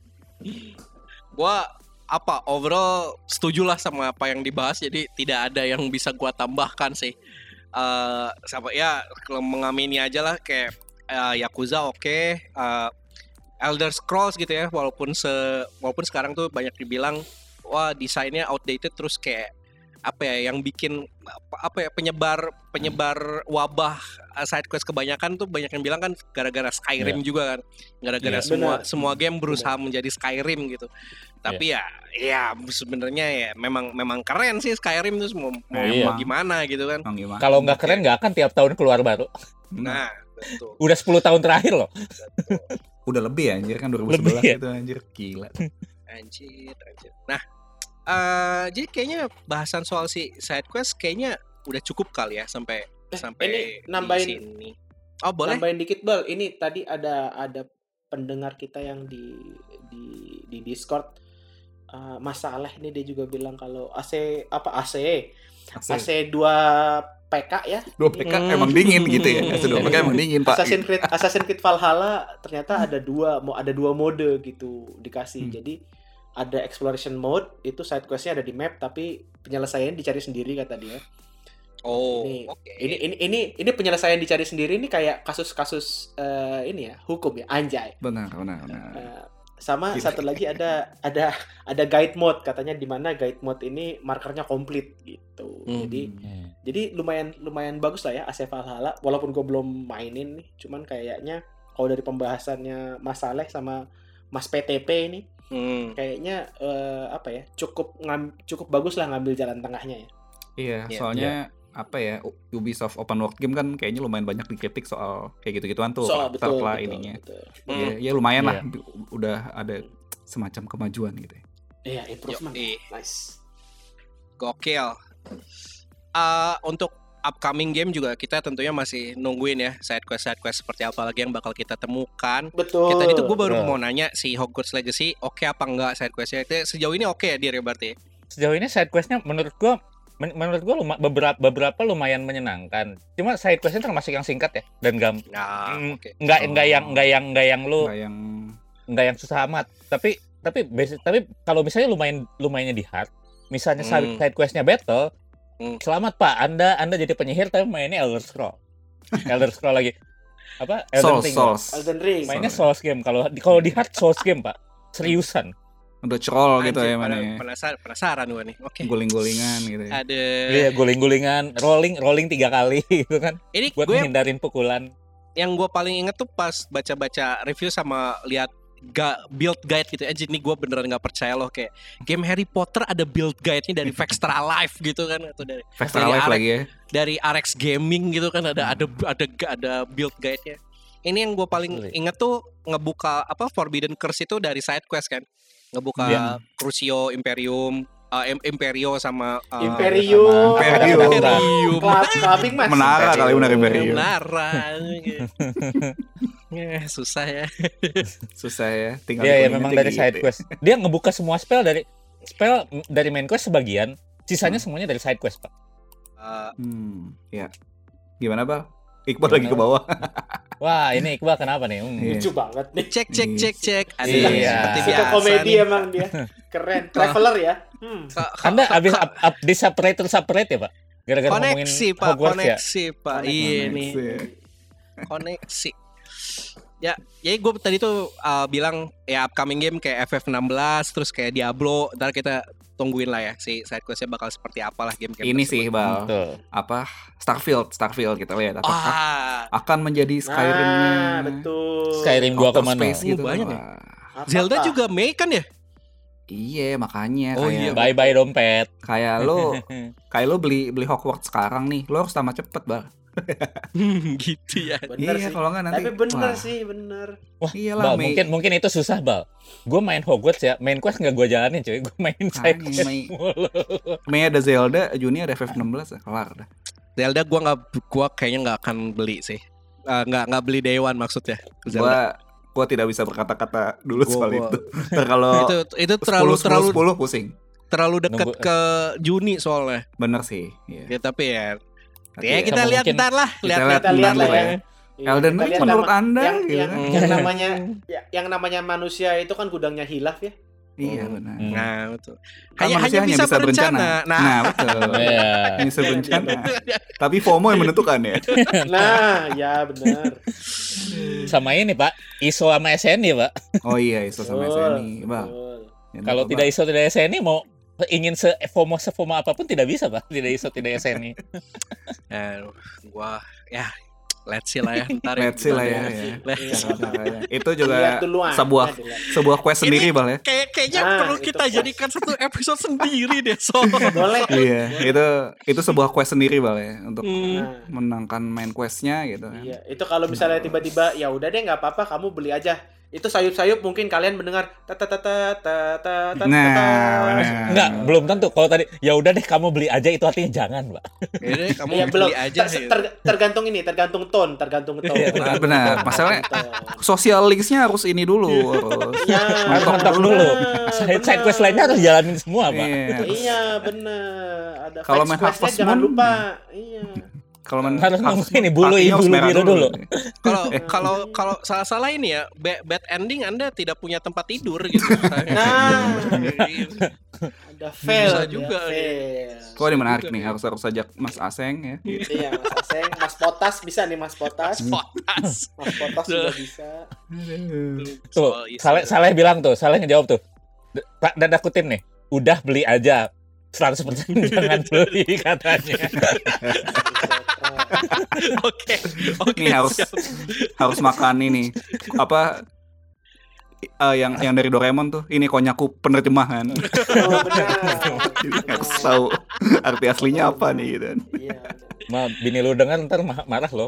Gua apa overall setuju lah sama apa yang dibahas, jadi tidak ada yang bisa gua tambahkan sih. Eh sama ya kalau mengamini aja lah, kayak eh, Yakuza oke, eh, Elder Scrolls gitu ya, walaupun se walaupun sekarang tuh banyak dibilang wah desainnya outdated, terus kayak apa ya yang bikin apa, apa ya penyebar penyebar wabah uh, side quest kebanyakan tuh banyak yang bilang kan gara-gara Skyrim juga kan, gara-gara Iya. semua Benar. semua game berusaha menjadi Skyrim gitu. Tapi ya ya sebenarnya ya memang memang keren sih Skyrim tuh, mau, mau Iya. gimana gitu kan. Emang gimana? Kalau nggak keren nggak akan tiap tahun keluar baru. Nah, betul. Udah sepuluh tahun terakhir loh. Udah lebih ya anjir, kan dua ribu sebelas Lebih ya? gitu anjir, gila. Anjir, anjir. Nah, eh jadi kayaknya bahasan soal si side quest kayaknya udah cukup kali ya sampai Eh, sampai ini di nambahin- sini. Oh, boleh? Nambahin dikit Bal, ini tadi ada ada pendengar kita yang di di di Discord, uh, masalah ini dia juga bilang kalau A C apa A C Asik. A C dua P K ya. dua P K Hmm. emang dingin gitu ya. dua P K emang dingin, Pak. Assassin's Creed Assassin's Creed Valhalla ternyata ada dua mau ada dua mode gitu dikasih. Hmm. Jadi ada exploration mode, itu side quest-nya ada di map tapi penyelesaian dicari sendiri kata dia. Oh, Ini, oke. ini ini ini ini penyelesaian dicari sendiri ini kayak kasus-kasus eh, ini ya, hukum ya, anjay. Benar, benar, benar. Eh, sama Gila. satu lagi ada ada ada guide mode, katanya di mana guide mode ini markernya komplit gitu. Hmm. Jadi jadi lumayan lumayan bagus lah ya A C Valhalla, walaupun gue belum mainin nih, cuman kayaknya kalau dari pembahasannya Mas Saleh sama Mas P T P ini Hmm. kayaknya eh, apa ya, cukup ngam, cukup bagus lah ngambil jalan tengahnya ya. Iya, Iya, soalnya apa ya, U- Ubisoft open world game kan kayaknya lumayan banyak dikritik soal kayak gitu-gituan tuh, Soal karakter betul, lah betul, ininya. betul. Hmm. Ya, ya lumayan lah, Iya. b- udah ada semacam kemajuan gitu. ya. Iya, improvement. Yoi. Nice. Gokil. Uh, untuk upcoming game juga kita tentunya masih nungguin ya side quest side quest seperti apa lagi yang bakal kita temukan. Betul. Ya, tadi tuh gue baru Betul. mau nanya si Hogwarts Legacy oke apa enggak side questnya itu sejauh ini oke ya dia berarti. Sejauh ini side quest-nya menurut gua men- menurut gua luma- beberapa beberapa lumayan menyenangkan. Cuma side quest-nya termasuk yang singkat ya dan gampang. Nah, Mm, oke. Enggak Oh. enggak yang enggak yang enggak yang lu Nggak yang enggak yang susah amat. Tapi tapi basic, tapi kalau misalnya lumayan lumayannya di hard, misalnya side, Hmm. side quest-nya battle, Hmm. selamat Pak, Anda Anda jadi penyihir tapi mainnya Elder Scroll. Elder Scroll lagi. Apa? Elden Souls, Ring. Souls. Elden Ring. Mainnya Souls game. Kalau kalau di hard Souls game, Pak. Seriusan. Udah troll gitu Anjir, ya mana pada- ya. Penasaran, penasaran gue nih. Oke. Guling-gulingan gitu ya. Ada. Iya, guling-gulingan, rolling rolling tiga kali gitu kan. Ini Buat gue menghindarin pukulan. yang gue paling inget tuh pas baca-baca review sama lihat ga, build guide gitu aja nih gue beneran nggak percaya loh kayak game Harry Potter ada build guide-nya dari Vextra Life gitu kan atau dari Vextra dari Life Alex- lagi ya. dari R X Gaming gitu kan ada ada ada ada build guide-nya. Ini yang gue paling Betul. inget tuh ngebuka apa Forbidden Curse itu dari side quest kan. Ngebuka Iya. Crucio Imperium, uh, Im- Imperio sama uh, Imperium. Imperium. Imperium. Kelab- Kelabing Mas. Menara kali benar Imperium. Menara. Ya, susah ya. Susah ya. Tinggal Iya, ya digulingin memang aja dari gitu side ya. quest. Dia ngebuka semua spell dari spell dari main quest sebagian, sisanya semuanya dari side quest, Pak. Uh, Hmm, ya. Gimana, Bal? Iqbal lagi ke bawah. Wah, ini Iqbal kenapa nih? Hmm. Iya. Lucu banget nih. cek cek cek cek. Ada Iya. seperti Suka biasa. komedi nih. emang dia. Keren. Traveler ya. Hmm. Ka- ka- Anda ka- abis ka- up, up di separate separate ya, Pak? Gara-gara ngomongin koneksi pak, Hogwarts ya. koneksi pak. Iya nih, Koneksi. koneksi. Ya, jadi gue tadi tuh uh, bilang ya upcoming game kayak F F enam belas terus kayak Diablo. Ntar kita tungguin lah ya si side questnya bakal seperti apalah game-game Ini tersebut. sih, Bal. Betul. Apa? Starfield, Starfield kita lihat apakah Ah, akan menjadi Skyrim-nya Nah, betul. Skyrim dua outer koma nol. space gitu. Uh, banyak ya. Wah. Apakah? Zelda juga Mei kan ya? Iya, makanya Oh, kayak iya. Bye bye dompet. kayak lo kayak lo beli beli Hogwarts sekarang nih, lo harus tamat cepet, Bal. gitu ya. Bener Iya, sih. kalau nggak nanti. Tapi bener wah, sih, bener. Wah, Iyalah, Bal, Mei. mungkin mungkin itu susah, Bal. Gue main Hogwarts ya, main quest nggak gue jalanin, cuy. Gue main side Makanya, quest Mei. mulu. Mei ada Zelda, Juni ada F F enam belas, ya, kelar dah. Zelda gua nggak, gua kayaknya nggak akan beli sih. Uh, nggak nggak beli Day One maksudnya. Zelda. Gua gua tidak bisa berkata-kata dulu Gua- soal gua- itu. Ntar kalau itu itu terlalu sepuluh, terlalu sepuluh pusing. terlalu dekat Nunggu- ke Juni soalnya. Bener sih. Iya. Ya tapi ya, Tapi ya ya, kita sama lihat mungkin- ntar lah, kita lihat lihat Kita lihat lah dulu ya. ya. Iya, Elden kita Ring lihat menurut nama- Anda yang, gitu yang, kan? yang namanya ya, yang namanya manusia itu kan gudangnya hilaf ya. Iya benar. Hmm. Nah, betul. Kan Hanya manusia hanya bisa berencana. Nah, Nah, betul. Iya. Bisa berencana. Tapi FOMO yang menentukan ya. Nah, ya benar. Sama ini, Pak. I S O sama S N I, Pak. Oh iya, itu sama Betul, S N I, Bang. betul. Ya, Kalau apa, tidak Bang? I S O tidak S N I mau ingin se FOMO se FOMO apapun tidak bisa, Pak. Tidak I S O tidak S N I. Aduh, gua ya let's see lah ya ntar. Let's see lah ya. gimana. ya. Let's Iya. Cara-caranya. Itu Lihat juga duluan. sebuah lihat duluan. sebuah quest sendiri, Bang ya. Kayak kayaknya Nah, perlu itu kita pas. jadikan satu episode sendiri deh so. Boleh. Iya, itu itu sebuah quest sendiri, Bang ya, untuk Hmm. Nah, menangkan main questnya gitu kan. iya, itu kalau misalnya tiba-tiba ya udah deh nggak apa-apa kamu beli aja. Itu sayup-sayup mungkin kalian mendengar tata tata tata tata. Nah, benar. Enggak, belum tentu. Kalau tadi ya udah deh kamu beli aja itu artinya jangan, Pak. Ya deh, kamu Iya, beli belum. aja. Ter- gitu. ter- tergantung ini, tergantung tone, tergantung tone. Iya, benar, benar. Masalahnya Tergantung tone. Social linksnya harus ini dulu, harus Ya, Harus mantap dulu. Side, side quest lainnya harus jalanin semua, Pak. Iya, harus- Iya, bener. Ada Kalau fetch main quest-nya Harvest jangan Moon, lupa. Iya. Kalau men Harus harus- ngomong ini bulu hatinya harus bulu merah biru dulu. Kalau kalau kalau salah-salah ini ya ba- bad ending Anda tidak punya tempat tidur gitu. Nah. Ada fail Bisa ya, juga, fail. Kok ini menarik nih, harus harus ajak Mas Aseng ya. Iya Mas Aseng, Mas Potas bisa nih Mas Potas. Potas. Mas Potas juga bisa. Tuh, Soal isu. Saleh Saleh bilang tuh, Saleh ngejawab tuh. D- Pak dan aku kutip nih, udah beli aja. seratus persen jangan beli katanya. Oke. Oke. Nih harus siap. harus makan ini apa eh, yang yang dari Doraemon tuh, ini konyaku penerjemahan. Oh, benar. Jadi harus tahu arti aslinya apa nih gitu. Iya. Ma, bini lu dengar ntar ma- marah loh.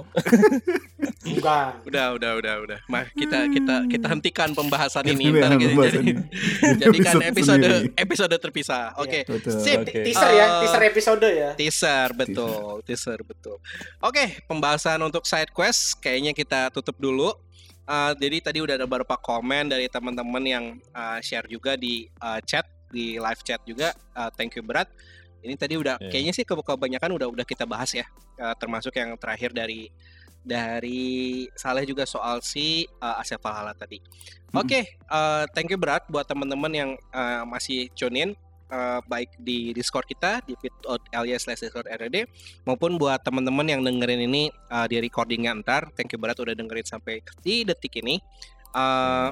Bukan. Udah, udah, udah, udah. Mah kita kita kita hentikan pembahasan ini Ini ntar yang gitu. pembahasan Jadi, ini. jadikan Episode episode sendiri. episode terpisah. Oke. Betul. Sip. Oke. Teaser ya, Eh, teaser episode ya. Teaser betul, teaser betul. Oke, pembahasan untuk side quest kayaknya kita tutup dulu. Uh, jadi tadi udah ada beberapa komen dari teman-teman yang uh, share juga di uh, chat, di live chat juga. Uh, thank you berat. Ini tadi udah Iya. kayaknya sih ke- kebanyakan udah udah kita bahas ya. Uh, termasuk yang terakhir dari dari Saleh juga soal si uh, Asep Valhalla tadi. Oke, uh, thank you berat buat teman-teman yang uh, masih tune in. Uh, baik di Discord kita di bit.ly slash discord rd maupun buat teman-teman yang dengerin ini uh, di recordingnya ntar. Thank you berat udah dengerin sampai di detik ini. Uh,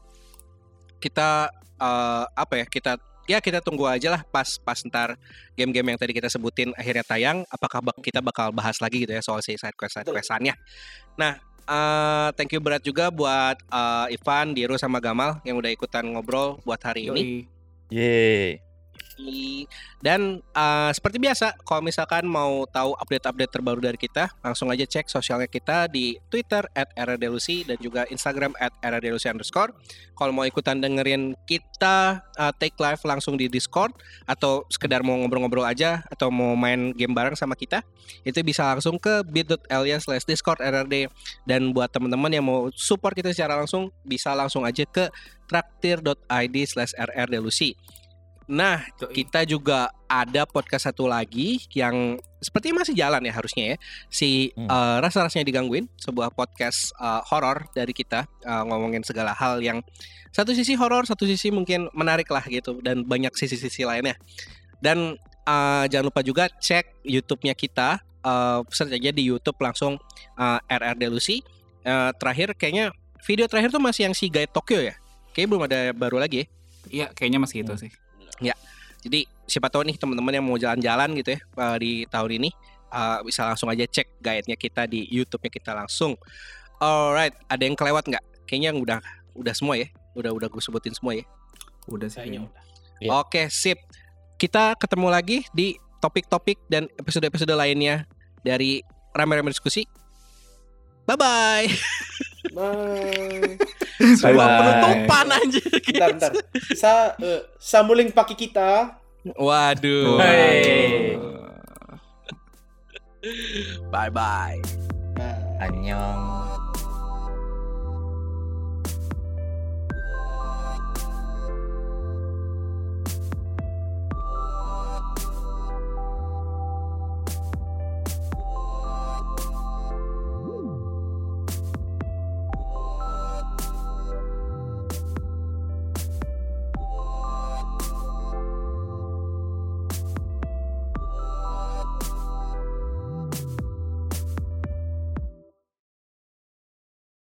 kita uh, apa ya kita ya kita tunggu aja lah pas pas ntar game-game yang tadi kita sebutin akhirnya tayang. Apakah bak- kita bakal bahas lagi gitu ya soal si side quest side questannya. Nah. Uh, thank you berat juga buat uh, Ivan, Diru sama Gamal yang udah ikutan ngobrol buat hari ini. Yoi. Yeay. Dan uh, seperti biasa, kalau misalkan mau tahu update-update terbaru dari kita, langsung aja cek sosialnya kita di Twitter at rrdelusi dan juga Instagram at rrdelusi underscore. Kalau mau ikutan dengerin kita uh, take live langsung di Discord atau sekedar mau ngobrol-ngobrol aja atau mau main game bareng sama kita, itu bisa langsung ke bit.ly slash discord rrd. Dan buat teman-teman yang mau support kita secara langsung, bisa langsung aja ke traktir.id slash rrdelusi. Nah, kita juga ada podcast satu lagi yang sepertinya masih jalan ya harusnya ya. Si Hmm. uh, Rasa-rasanya digangguin, sebuah podcast uh, horor dari kita uh, ngomongin segala hal yang satu sisi horor, satu sisi mungkin menarik lah gitu dan banyak sisi-sisi lainnya. Dan uh, jangan lupa juga cek YouTube-nya kita, uh, search aja di YouTube langsung uh, R R Delusi. Uh, terakhir kayaknya video terakhir tuh masih yang si Guide Tokyo ya. Kayaknya belum ada baru lagi ya. Iya, kayaknya masih itu sih. Jadi siapa tahu nih teman-teman yang mau jalan-jalan gitu ya uh, di tahun ini uh, bisa langsung aja cek guide-nya kita di YouTube-nya kita langsung. Alright, ada yang kelewat nggak? Kayaknya yang udah udah semua ya, udah udah gue sebutin semua ya. Udah sih. Kayaknya kayaknya. udah. Iya. Oke, sip. Kita ketemu lagi di topik-topik dan episode-episode lainnya dari Rame-Rame Diskusi. Bye bye. Bye. Sebuah Bye-bye. penutupan anjir. Bentar, bentar. Sa eh, samuling paki kita. Waduh. Hey. Bye bye. Nah. Annyeong.